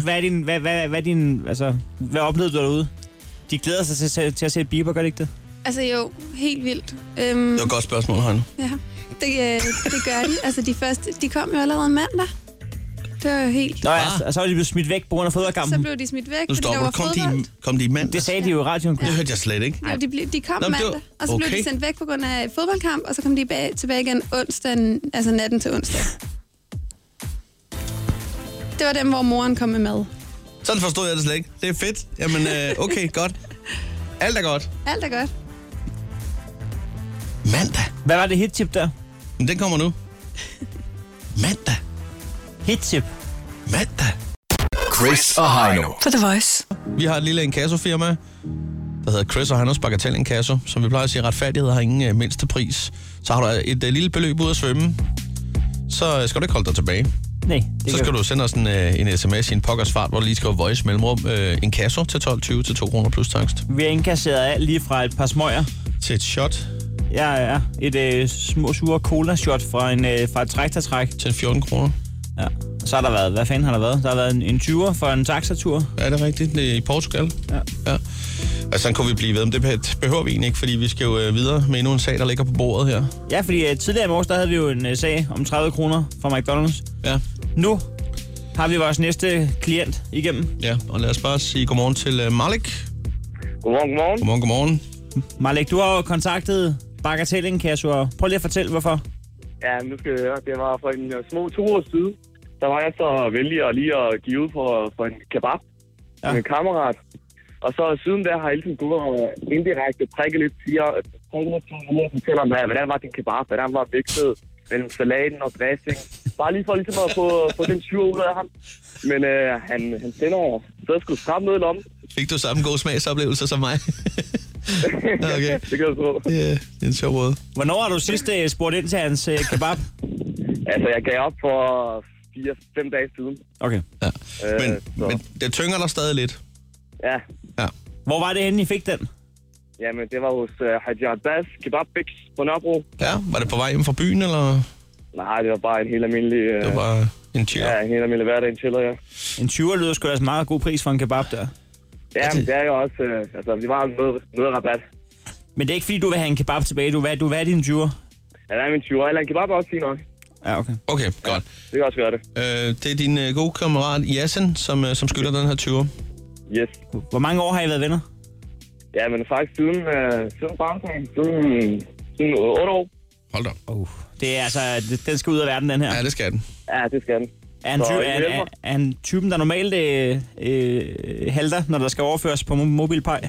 Hvad oplevede du derude? De glæder sig til at se Bieber, gør det ikke det? Altså jo, helt vildt. Det var et godt spørgsmål, Heino. Ja, det gør de. Altså de første, de kom jo allerede mandag. Det var jo helt... Nå ja, og så var de blevet smidt væk på grund af fodboldkampen. Så blev de smidt væk, Nu fordi der var fodbold. Kom de i mandag? Det sagde de jo i radioen. Det hørte jeg slet ikke. Ja, de kom mandag, og så blev de sendt væk på grund af fodboldkamp, og så kom de tilbage igen onsdag, altså natten til onsdag. Det var dem, hvor moren kom med mad. Sådan forstod jeg det slet ikke. Det er fedt. Jamen, okay, godt. Alt er godt. Alt er godt. Mandag. Hvad var det hittip der? Men den kommer nu. Mandag. Hittip. Mandag. Chris og Heino. På The Voice. Vi har et lille inkasso-firma, der hedder Chris og Heinos Bagatel Inkasso, som vi plejer at sige, retfærdighed har ingen mindste pris. Så har du et lille beløb ud at svømme, så skal du ikke holde dig tilbage. Nej. Så skal du sende os en sms i en pokkers fart, hvor du lige skriver voice mellemrum inkasso til 12.20 til 2 kroner plus takst. Vi har indkasseret alt lige fra et par smøger til et shot. Ja. Et små sure cola-shot fra et træk til 14 kroner. Ja. Så har der været, hvad fanden har der været? Der har været en 20'er for en taxatur. Ja, det er rigtigt. Det er i Portugal. Ja. Og sådan kunne vi blive ved, men det behøver vi egentlig ikke, fordi vi skal jo videre med endnu en sag, der ligger på bordet her. Ja, fordi tidligere i morges, der havde vi jo en sag om 30 kroner fra McDonald's. Ja. Nu har vi vores næste klient igennem. Ja, og lad os bare sige godmorgen til Malik. Godmorgen. Malik, du har jo kontaktet Bagatel Inkasso. Prøv lige at fortælle, hvorfor. Ja, nu skal jeg høre. Det var for en små 2 år siden. Der var jeg så vældig at lige at give ud for en kebab med en kammerat. Og så siden der har jeg ligesom gået og indirekte prikket lidt til og fortæller mig, hvordan var din kebab, hvordan var vægtet mellem salaten og dressing. Bare lige for ligesom at få den 20 ud af ham. Men han sender over, så jeg skulle stramme noget i lommen. Fik du samme gode smagsoplevelse som mig? Okay. Det kan jeg tro. Det er en sjov råd. Hvornår har du sidst spurgt ind til hans kebab? Altså, jeg gav op for 4-5 dage siden. Okay. Ja. Men det tynger dig stadig lidt. Ja. Hvor var det henne, I fik den? Jamen, det var hos Haji Abbas Kebab Bix på Nørrebro. Ja, var det på vej hjem fra byen, eller? Nej, det var bare en helt almindelig... Det var bare en chiller? Ja, en helt almindelig hverdag, en chiller, ja. En 20'er lyder sgu da meget god pris for en kebab der. Ja, men det er jo også... det var noget rabat. Men det er ikke fordi, du vil have en kebab tilbage. Du vil have din 20'er. Ja, det er min 20'er. Eller en kebab er også fint nok. Ja, okay. Okay, godt. Det kan også gøre det. Det er din gode kammerat Yasin, som skylder den her 20'er. Yes. Hvor mange år har I været venner? Ja, men faktisk siden barndagen. Siden 8 år. Hold da. Det er altså... Den skal ud af verden, den her. Ja, det skal den. Ja, det skal den. Er han typen, der normalt halter, når der skal overføres på MobilePay?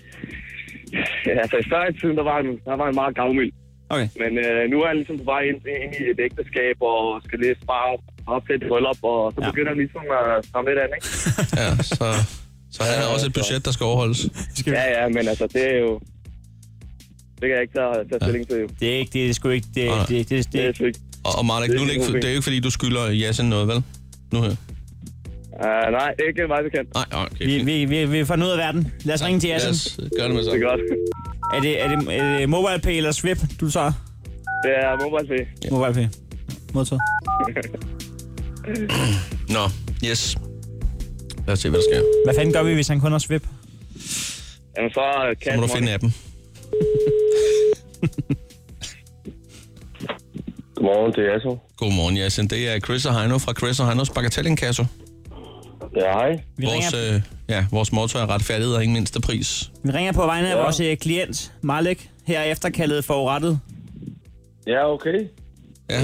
Ja, altså i tiden, der var han meget gavmild. Okay. Men nu er han ligesom på vej ind i et ægteskab og skal læse bare op til et bryllup, og så begynder han ligesom at stramme lidt an, ikke? Ja, så han har også et budget, der skal overholdes. Ja, men altså, det er jo... Det kan jeg ikke tage stilling til, jo. Det er sgu ikke... Det er sgu ikke. Og Marek, nu er det jo ikke, fordi du skylder Yasin noget, vel? Nu her. Nej, det er ikke meget bekendt. Nej, okay. Vi får noget af verden. Lad os ringe til Yasin. Lad os gøre det med så. Det er godt. Er det MobilePay eller Swip, du tager? Det er MobilePay. Ja. MobilePay. Modtaget. Nå, yes. Lad os se, hvad der sker. Hvad fanden gør vi, hvis han kun har Swip? Jamen, så må du finde appen. Godmorgen, det er Yasin. Godmorgen, Yasin. Det er Chris og Heino fra Chris og Heinos Bagatel Inkasso. Ja, hej. Vores motto er retfærdighed og ingen mindste pris. Vi ringer på vegne af vores klient, Malik, her efterkaldet forurettet. Ja, okay. Ja.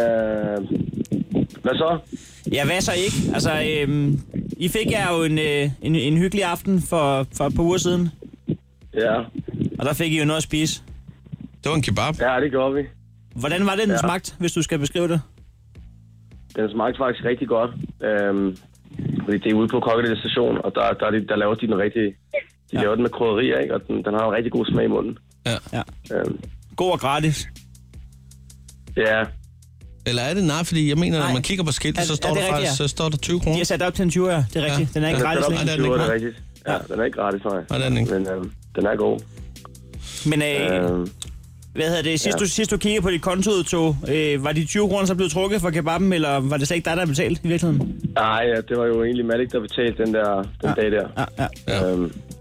Hvad så? Ja, hvad så ikke? Altså, I fik jer jo en hyggelig aften for et par uger siden. Ja. Og der fik I jo noget at spise. Det var en kebab. Ja, det gjorde vi. Hvordan var det, den smagte, hvis du skal beskrive det? Den smagte faktisk rigtig godt. Fordi det er ude på Kokkedal Station, og der laver de den rigtige... De laver den med krydderier, ikke? Og den har en rigtig god smag i munden. Ja. God og gratis. Ja. Eller er det? Nej, fordi jeg mener, når man kigger på skiltet, så står der faktisk så står der 20 kroner. De har sat op til en 20'er, det er rigtigt. Den er ikke gratis. Den er ikke gratis, nej. Nej, den er ikke. Men den er god. Men hvad hedder det? Sidst du kiggede på dit kontoudtog, var de 20 kroner så blevet trukket for kebaben, eller var det slet ikke dig, der betalte i virkeligheden? Nej, ja, det var jo egentlig Malik, der betalte den dag der. Ja.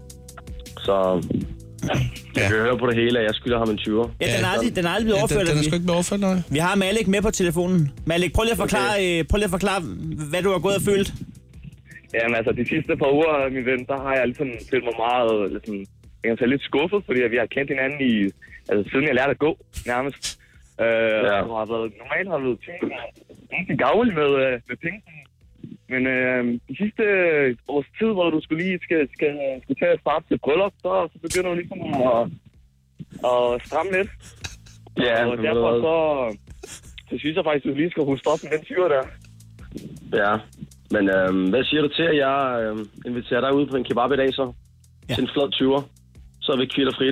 Så jeg kan høre på det hele, at jeg skylder ham en 20'er. Ja, den er aldrig blevet overført. Den er sgu ikke blevet overført, nej. Vi har Malik med på telefonen. Malik, prøv lige at forklare, hvad du har gået og følt. Jamen altså, de sidste par uger, min ven, der har jeg ligesom følt mig meget jeg kan sige, lidt skuffet, fordi vi har kendt hinanden siden jeg lærte at gå, nærmest. Normalt har jeg været rigtig gavlig med penge. Men de sidste års tid, hvor du skulle tage et start til bryllup, så begynder du ligesom at stramme lidt. Ja, og derfor så synes jeg faktisk, at du lige skal huske op med den 20'er der. Ja, men hvad siger du til, at jeg inviterer dig ud på en kebab i dag så? Ja. Til en flad 20'er. Så er vi kvilderfrit.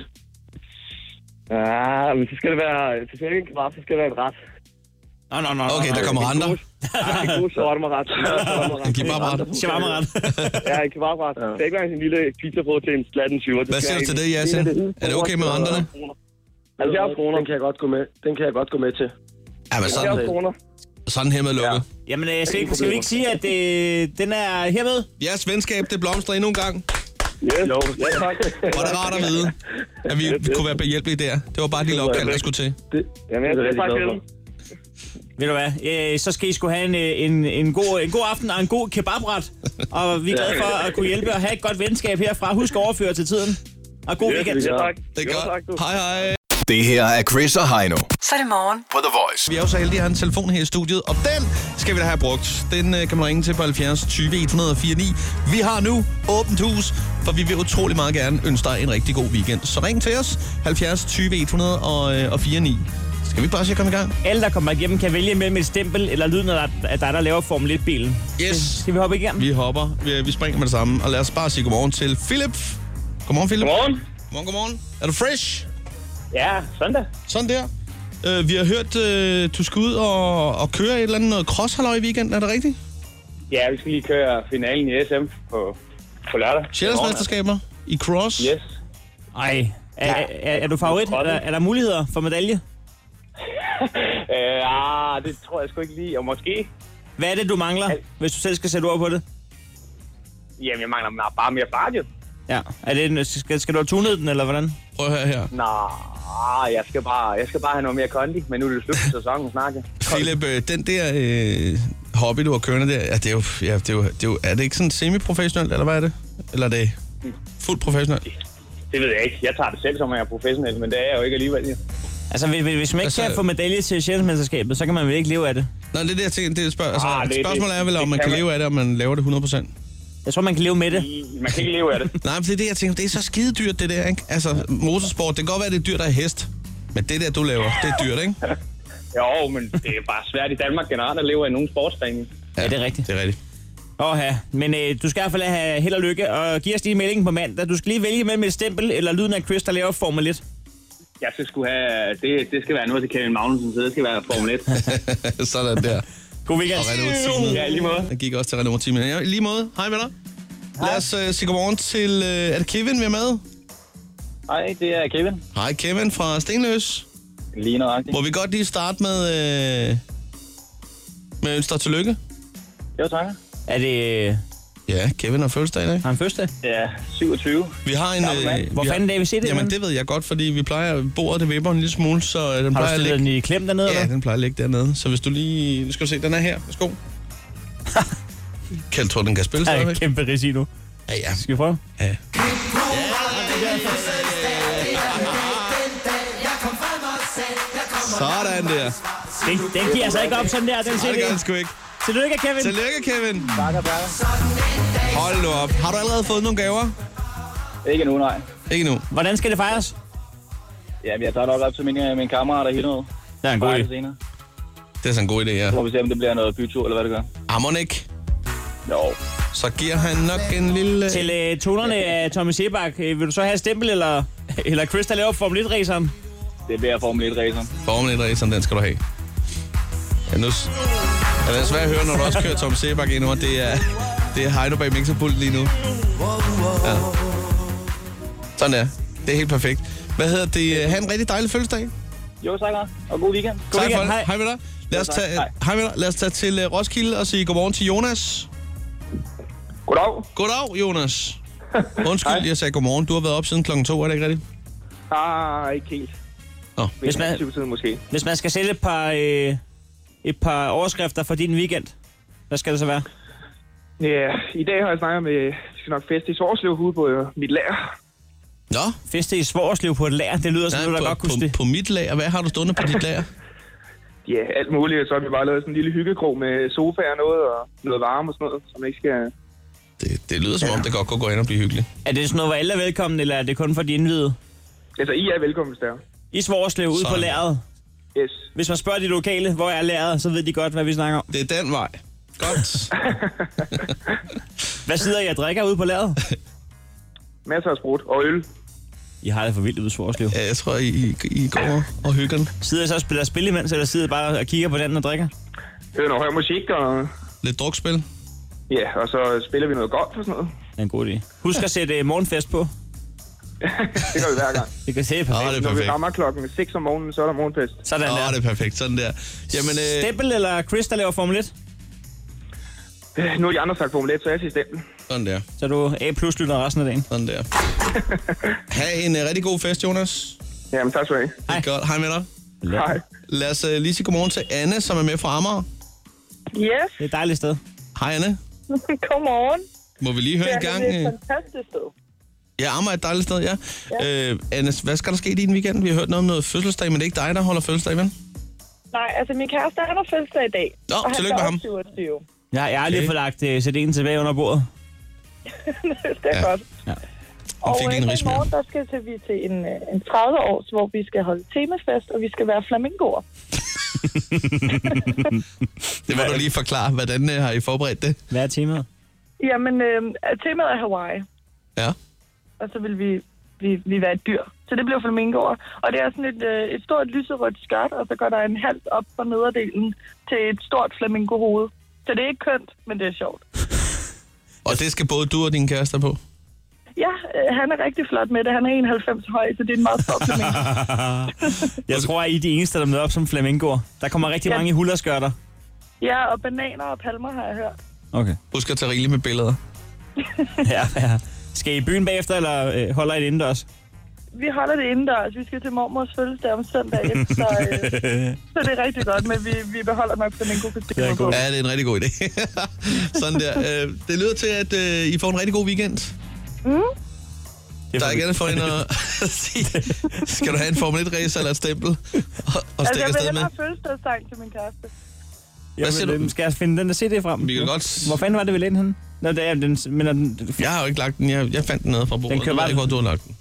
Ja, men så skal det være en kebab, så skal det være en ret. Nå. Okay, der kommer renter. En god shawarma-ret. En kebab-ret. Shawarma-ret. Ja, en kebab-ret. Det er ikke engang en lille pizza på til en slatten 20'er. Hvad siger du til det, Yasin? Er det okay med renterne? 70 kroner. Den kan jeg godt gå med til. Ja, men sådan hermed lukket. Jamen, skal vi ikke sige, at den er hermed? Jeres venskab, det blomstrer endnu en gang. Yes. Jo, ja, tak. Hvor er det rart at vide, at vi kunne være behjælpelige der. Det var bare et lille opkald, der skulle til. Jamen, jeg er tak til dem. Ved du hvad, så skal I sgu have en god aften og en god kebabret. Og vi er glade for at kunne hjælpe og have et godt venskab herfra. Husk at overføre til tiden. Og god weekend. Ja, tak. Det er godt. Hej. Det her er Chris og Heino. Så er det morgen På The Voice. Vi er jo så heldige at have en telefon her i studiet, og den skal vi da have brugt. Den kan man ringe til på 70 20 104 9. Vi har nu åbent hus, for vi vil utrolig meget gerne ønske dig en rigtig god weekend. Så ring til os, 70 20 104 9. Skal vi bare se at komme i gang? Alle, der kommer igennem, kan vælge mellem et stempel eller lyden af dig, der laver Formel 1-bilen. Yes. Skal vi hoppe igennem? Vi hopper. Vi springer med det samme. Og lad os bare sige godmorgen til Philip. Godmorgen, Philip. Godmorgen. Er du fresh? Ja, sådan der. Vi har hørt, du skal ud og køre et eller andet noget crosshalløj i weekenden. Er det rigtigt? Ja, vi skal lige køre finalen i SM på lørdag. Sjællandsmesterskaber i cross? Yes. Ej, er du favorit? Er der muligheder for medalje? Det tror jeg sgu ikke lige, og måske. Hvad er det, du mangler, hvis du selv skal sætte ord på det? Jamen, jeg mangler bare mere fart, jo. Ja, skal du have tunet den, eller hvordan? Prøv at høre her. Nej, jeg skal bare have noget mere kondi, men nu er det slut på sæsonen snakke. Philip, den der hobby, du har kørende der, er det ikke sådan semi-professionelt, eller hvad er det? Eller er det fuldt professionelt? Det ved jeg ikke. Jeg tager det selv, som jeg er professionel, men det er jeg jo ikke alligevel. Ja. Altså, hvis man ikke kan få medalje til Sjællandsmesterskabet, så kan man vel ikke leve af det? Nej, det er det, jeg tænker. Spørgsmålet er vel, om man kan leve af det, om man laver det 100%. Jeg tror, man kan leve med det. Man kan ikke leve af det. Nej, men det er det, jeg tænker. Det er så skide dyrt, det der, ikke? Altså, motorsport, det kan godt være, det er dyrt at hest. Men det der, du laver, det er dyrt, ikke? Jo, men det er bare svært i Danmark generelt at leve af nogen sportsgren. Ja, det er rigtigt. Det er rigtigt. Men du skal i hvert fald have held og lykke, og give os lige meldingen på mandag. Du skal lige vælge mellem et stempel eller lyden af Chris, der laver Formel 1. Jeg skal sgu have... Det skal være noget til Kevin Magnussen, så det skal være Formel 1. Sådan der. God weekend. Og Renault-teamet. Ja, lige måde. Jeg gik også til Renault-teamet. Ja, lige måde. Hej med dig. Lad os sige godmorgen til... Er det Kevin, vi er med? Hej, det er Kevin. Hej, Kevin fra Stenløs. Lige nøjagtigt. Må vi godt lige starte med ønsker tillykke? Jo, tak. Er det... Ja, Kevin har fødselsdag i dag. Har han fødselsdag? Ja, 27. Vi har en... Hvor fanden er vi set det? Jamen, det ved jeg godt, fordi vi plejer... Bordet, det vipper en lille smule, så den har plejer du stillet den i klem dernede, Ja, eller? den plejer at ligge dernede. Så hvis du lige... Nu skal du se, den er her. Værsgo. Kan tror den kan spille stadigvæk? Ja, kæmpe risi nu. Ja. Skal vi prøve? Ja. Sådan der. Den giver altså ikke op sådan der, den CD. Det gør den sgu ikke. Tillykke, Kevin. Tillykke, Kevin. Tak. Hold nu op. Har du allerede fået nogle gaver? Ikke nu, nej. Ikke nu. Hvordan skal det fejres? Ja, jeg tager nok op til min kammerat og hele noget. Det er en god idé. Det er sådan en god idé, ja. Så må vi se, om det bliver noget bytur, eller hvad det gør. Harmonik. Jo. Så giver han nok en lille... Til tonerne af Tommy Sebak, vil du så have stempel, eller Chris, der laver Formel 1-raceren? Det bliver Formel 1-raceren. Formel 1-raceren, den skal du have. Ja, nu... Ja, det er svært at høre, når du også kører Tommy Sebak endnu, og det er Heino bag mixerpulten lige nu. Ja. Sådan der. Det er helt perfekt. Hvad hedder det? Ha' en rigtig dejlig fødselsdag. Jo, tak. Og god weekend. God weekend. Hej med dig. Lad os tage til Roskilde og sige godmorgen til Jonas. Goddag. Goddag, Jonas. Undskyld, jeg sagde godmorgen. Du har været op siden klokken 2, er det ikke rigtigt? Ikke helt. Hvis man skal sælge et par overskrifter for din weekend, hvad skal det så være? Ja, i dag har jeg snakket med, vi skal nok feste i Svorslev ude på mit lager. Nå? Feste i Svorslev på et lager, det lyder som noget, der godt kunne det. På mit lager? Hvad har du stående på dit lager? Ja, alt muligt. Så har vi bare lavet sådan en lille hyggekrog med sofaer og noget varme og sådan noget, som ikke skal... Det lyder som om, det godt kunne gå ind og blive hyggeligt. Er det sådan noget, hvor alle er velkommen, eller er det kun for de indvidede? Altså, I er velkommen, hvis det er. I Svorslev ude på lageret? Yes. Hvis man spørger de lokale, hvor er lageret, så ved de godt, hvad vi snakker om. Det er den vej. Godt. Hvad sidder I og drikker ude på lageret? Masser af sprut og øl. I har det for vildt ude i Svorslev. Ja, jeg tror, I går og hygger den. Sidder I så og spiller spil imens, eller sidder I bare og kigger på den og drikker? Hører noget høj musik og... Lidt drukspil? Ja, og så spiller vi noget golf og sådan noget. Det er en god idé. Husk at sætte morgenfest på. Det gør vi hver gang. Det kan se perfekt. Det er perfekt. Når vi rammer klokken 6 om morgenen, så er der morgenfest. Sådan der. Det er perfekt. Sådan der. Jamen, Stempel eller Chris, der laver Formel 1? Nu har de andre sagt Formel 1, så jeg siger Stempel. Sådan der. Så du A+-lytter resten af dagen? Sådan der. Ha' en rigtig god fest, Jonas. Jamen, tak skal du have. Hej. Godt. Hej med dig. Hej. Lad os lige sige godmorgen til Anne, som er med fra Amager. Yes. Det er et dejligt sted. Hej, Anne. Godmorgen. Må vi lige høre en gang? Det er et fantastisk sted. Ja, Amager er et dejligt sted, ja. Anne, hvad skal der ske i din weekend? Vi har hørt noget om noget fødselsdag, men det er ikke dig, der holder fødselsdag, vel? Nej, altså min kæreste, han har fødselsdag i dag. Nå, tillykke med ham. 27. Jeg har lige fået lagt CD'en tilbage under bordet. Det er godt. Ja. Og i morgen, der skal vi til en 30-års, hvor vi skal holde temafest, og vi skal være flamingoer. Det må du lige forklare. Hvordan har I forberedt det? Hvad er temaet? Jamen, temaet er Hawaii. Ja. Og så vil vi være et dyr. Så det bliver flamingoer. Og det er sådan et stort lyserødt skørt, og så går der en hals op fra nederdelen til et stort flamingohoved. Så det er ikke kønt, men det er sjovt. Og det skal både du og din kæreste på? Ja, han er rigtig flot med det. Han er 91 høj, så det er en meget stor flamingo. Jeg tror, at I er de eneste, der møder op som flamingoer. Der kommer rigtig mange i hullerskørter. Ja, og bananer og palmer har jeg hørt. Okay. Husk at tage rigeligt med billeder. Ja. Skal I i byen bagefter, eller holder I det indendørs? Vi holder det indendørs. Vi skal til mormors fødselsdag om søndagen, så det er rigtig godt, men vi beholder nok flamingo-kostymer på. Ja, det er en rigtig god idé. Sådan der. Det lyder til, at I får en rigtig god weekend. Der er ikke andet for hende at sige, skal du have en Formel 1-race eller et stempel? Og altså, jeg vil hellere have fødselsdagssang til min kæreste. Hvad siger du? Skal jeg finde den der CD frem? Vi kan godt... Hvor fanden var det vel ind henne? Nå, det er den, jeg har jo ikke lagt den. Jeg fandt den nede fra bordet. Den kører bare... Jeg ved ikke, hvor du har lagt den.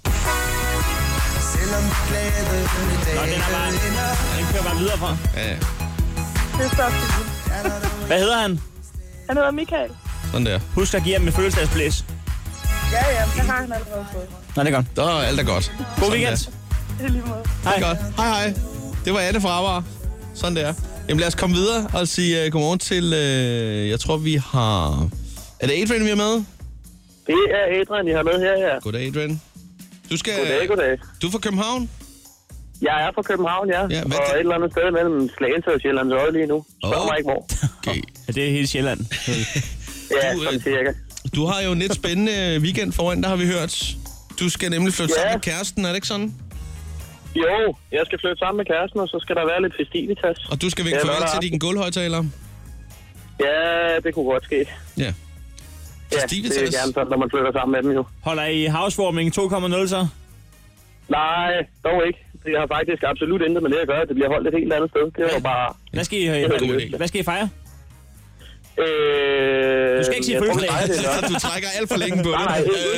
Nå, den kører bare videre fra. Ja. Det er så fint. Hvad hedder han? Han hedder Michael. Sådan der. Husk at give ham en fødselsdagsblæs. Ja, det har han allerede fået. Nå, det er godt. Så er alt er godt. God weekend. Det er lige måde. Hej. Det er godt. Hej. Det var Anne fra Amager. Sådan der. Jamen lad os komme videre og sige godmorgen til, jeg tror vi har... Er det Adrian, vi er med? Det er Adrian, jeg har med her, ja. Goddag, Adrian. Du skal... Goddag. Du er fra København? Jeg er fra København, ja. Og et eller andet sted mellem Slagelse og Sjællands Odde lige nu. Spørg mig ikke hvor. Okay. Ja, det er hele Sjælland. Ja, sådan cirka. Du har jo en lidt spændende weekend foran, der har vi hørt. Du skal nemlig flytte sammen med kæresten, er det ikke sådan? Jo, jeg skal flytte sammen med kæresten, og så skal der være lidt festivitas. Og du skal vinke farvel til dine gulvhøjtaler? Ja, det kunne godt ske. Ja. Festivitas? Ja, det er gerne sådan, når man flytter sammen med dem jo. Holder I housewarming 2.0 så? Nej, dog ikke. Det har faktisk absolut intet med det at gøre. Det bliver holdt et helt andet sted. Det var bare... Hvad skal I fejre? Du skal ikke sige fødselsdag. Du trækker alt for længe på det.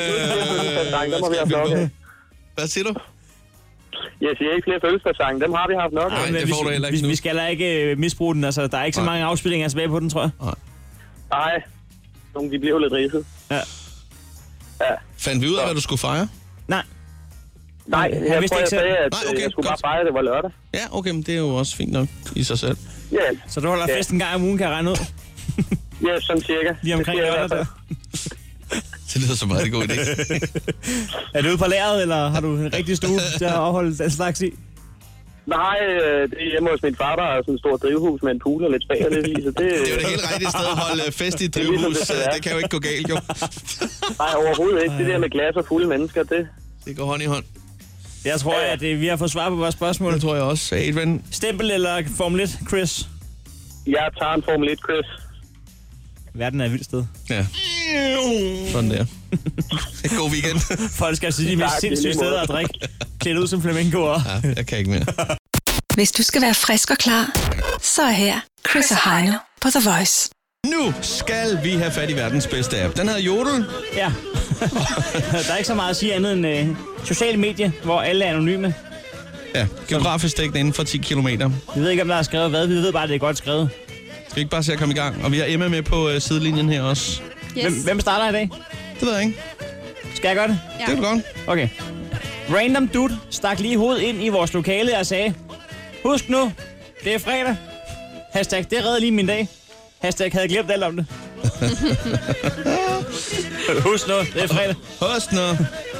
Nej, hvad siger du? Jeg siger ikke flere fødselsdagssange. Dem har vi haft nok. Nej, det får du heller ikke nu. Vi skal heller ikke misbruge den. Altså, der er ikke så mange afspillinger tilbage på den, tror jeg. Nej. De bliver jo lidt ridset. Ja. Fandt vi ud af, hvad du skulle fejre? Nej, jeg sagde, at jeg skulle bare fejre, det var lørdag. Ja, okay, men det er jo også fint nok i sig selv. Ja. Så du holder festen en gang om ugen, kan jeg regne ud? Ja, sådan cirka. Lige omkring lørdag der. Det lyder så meget en god idé. Er du ude på lageret, eller har du en rigtig stue til at afholde den slags i? Nej, det er hjemme hos min far, der har sådan et stort drivhus med en pool og lidt spag og lidt i. Så det er jo det helt rigtige sted at holde fest i et drivhus. Det kan jo ikke gå galt, jo. Nej, overhovedet ikke. Det der med glas og fulde mennesker, det går hånd i hånd. Jeg tror, at vi har fået svar på vores spørgsmål. Det tror jeg også. Adrian. Stempel eller Formel 1, Chris? Jeg tager en Formel 1, Chris. Verden er et vildt sted. Ja. Sådan der. God weekend. Folk skal sige de mest sindssyge steder at drikke. Klædt ud som flamingoer. Ja, jeg kan ikke mere. Hvis du skal være frisk og klar, så er her Chris og Heino på The Voice. Nu skal vi have fat i verdens bedste app. Den hedder Jodel. Ja. Der er ikke så meget at sige andet end sociale medier, hvor alle er anonyme. Ja, geografisk dækkende inden for 10 kilometer. Vi ved ikke, om der er skrevet hvad. Vi ved bare, at det er godt skrevet. Skal vi ikke bare se at komme i gang? Og vi har Emma med på sidelinjen her også. Yes. Hvem starter i dag? Det ved jeg ikke. Skal jeg gøre det? Ja. Det er du godt. Okay. Random dude stak lige hovedet ind i vores lokale og sagde: husk nu, det er fredag. Hashtag, det redder lige min dag. Hashtag, havde glemt alt om det. Husk nu, det er fredag. Husk nu.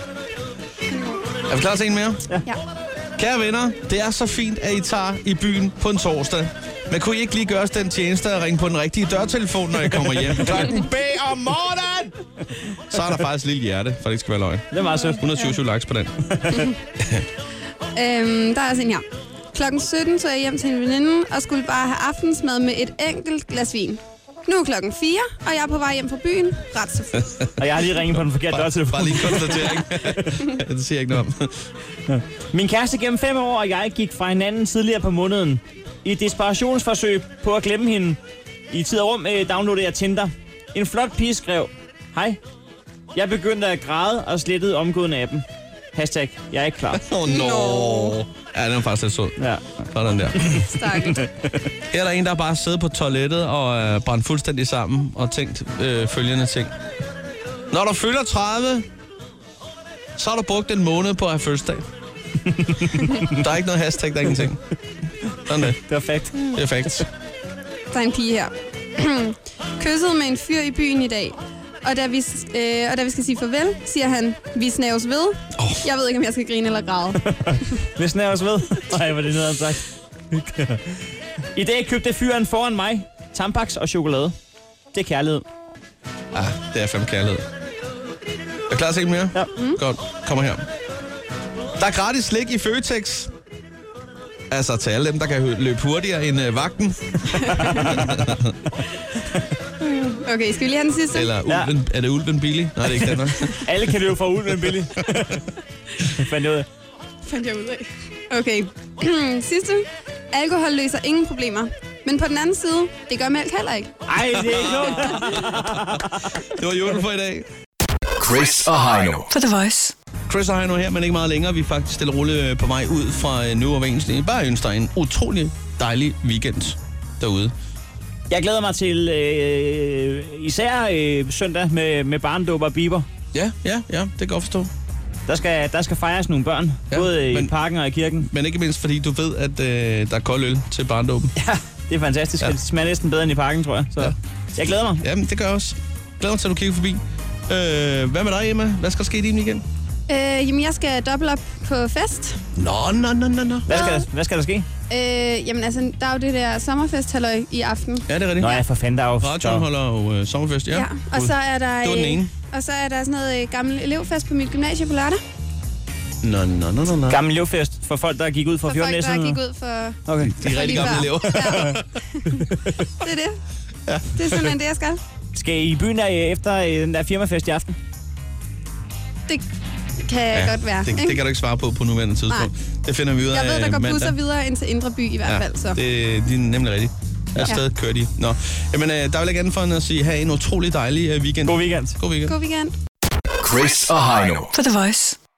Er vi klar til en mere? Ja. Kære venner, det er så fint, at I tager i byen på en torsdag. Men kunne I ikke lige gøre os den tjeneste at ringe på den rigtige dørtelefon, når I kommer hjem? Klokken B om morgenen! Så er der faktisk et lille hjerte, for det ikke skal være løgn. Det er meget sødt. 127 likes på den. Der er altså en her. Klokken 17 tog jeg hjem til en veninde og skulle bare have aftensmad med et enkelt glas vin. Nu er klokken 4, og jeg er på vej hjem fra byen. Ret så fuld. Og jeg har lige ringet på den forkerte dørtelefon. Bare lige en konstatering. Det siger jeg ikke noget om. Min kæreste gennem 5 år og jeg gik fra hinanden tidligere på måneden. I et desperationsforsøg på at glemme hende. I tid og rum downloadede jeg Tinder. En flot pige skrev: hej. Jeg begyndte at græde og slettede omgående appen. Hashtag, jeg er ikke klar. No. Ja, den er faktisk lidt sød. Ja. Sådan der. Stakkels. Her er der en, der bare siddet på toilettet og brændt fuldstændig sammen og tænkt følgende ting. Når du fylder 30, så har du brugt en måned på at have fødselsdag. Der er ikke noget hashtag, der er ingenting. Sådan det. Det er fakt. Det er fakt. Der er en pige her. Kyssede med en fyr i byen i dag. Og da vi skal sige farvel, siger han: vi snæves ved. Jeg ved ikke, om jeg skal grine eller græde. Vi snæves ved. Nej, hvad det noget, han sagt. I dag købte fyren foran mig Tampax og chokolade. Det er kærlighed. Ah, det er fandme kærlighed. Er klar til en mere? Ja. Godt, kommer her. Der er gratis slik i Føtex. Altså til alle dem, der kan løbe hurtigere end vagten. Okay, skal vi lige have den sidste? Eller ulven. Ja. Er det ulven billig? Nej, det er ikke det. Alle kan løbe fra ulven billig. Fandt jeg ud af. Okay. Sidste. Alkohol løser ingen problemer. Men på den anden side, det gør mælk heller ikke. Ej, det er ikke klogt. Det var Jodel for i dag. Chris og Heino på The Voice. Chris og Heino her, men ikke meget længere. Vi er faktisk stille og roligt på vej ud fra New Orleans. Bare ønsker dig en utrolig dejlig weekend derude. Jeg glæder mig til især søndag med barndåb og biber. Ja, det kan jeg godt forstå. Der skal fejres nogle børn, både i parken og i kirken. Men ikke mindst, fordi du ved, at der er kold øl til barndåben. Ja, det er fantastisk. Ja. Det smager næsten bedre end i parken, tror jeg. Så jeg glæder mig. Jamen, det gør jeg også. Glæder mig til, at du kigger forbi. Hvad med dig, Emma? Hvad skal der ske i din weekend? Jamen, jeg skal dobbelt op på fest. Nå. Hvad skal der ske? Jamen, altså, der er jo det der sommerfest-halløj i aften. Ja, det er rigtigt. Nå ja, for fanden, der er jo... Radioen holder jo sommerfest, ja. Og så er der... Det var den ene. Og så er der sådan noget gammel elevfest på mit gymnasie på lørdag. Nå. Gammel elevfest for folk, der gik ud for 14 næsten? For folk, der gik ud for... Okay, de er rigtig gamle elever. Ja. Det er det. Ja. Det er simpelthen det, jeg skal. Skal I i byen efter den der firmafest i aften? Det kan godt være. Det kan du ikke svare på nuværende tidspunkt. Nej. Det finder vi ud af. Jeg ved, der går busser videre ind til Indre By i hvert fald. Så. Det er nemlig rigtigt. Afsted kører de. Nå. Jamen, der vil jeg gerne for at sige, have en utrolig dejlig weekend. God weekend. God weekend. Chris og Heino på The Voice.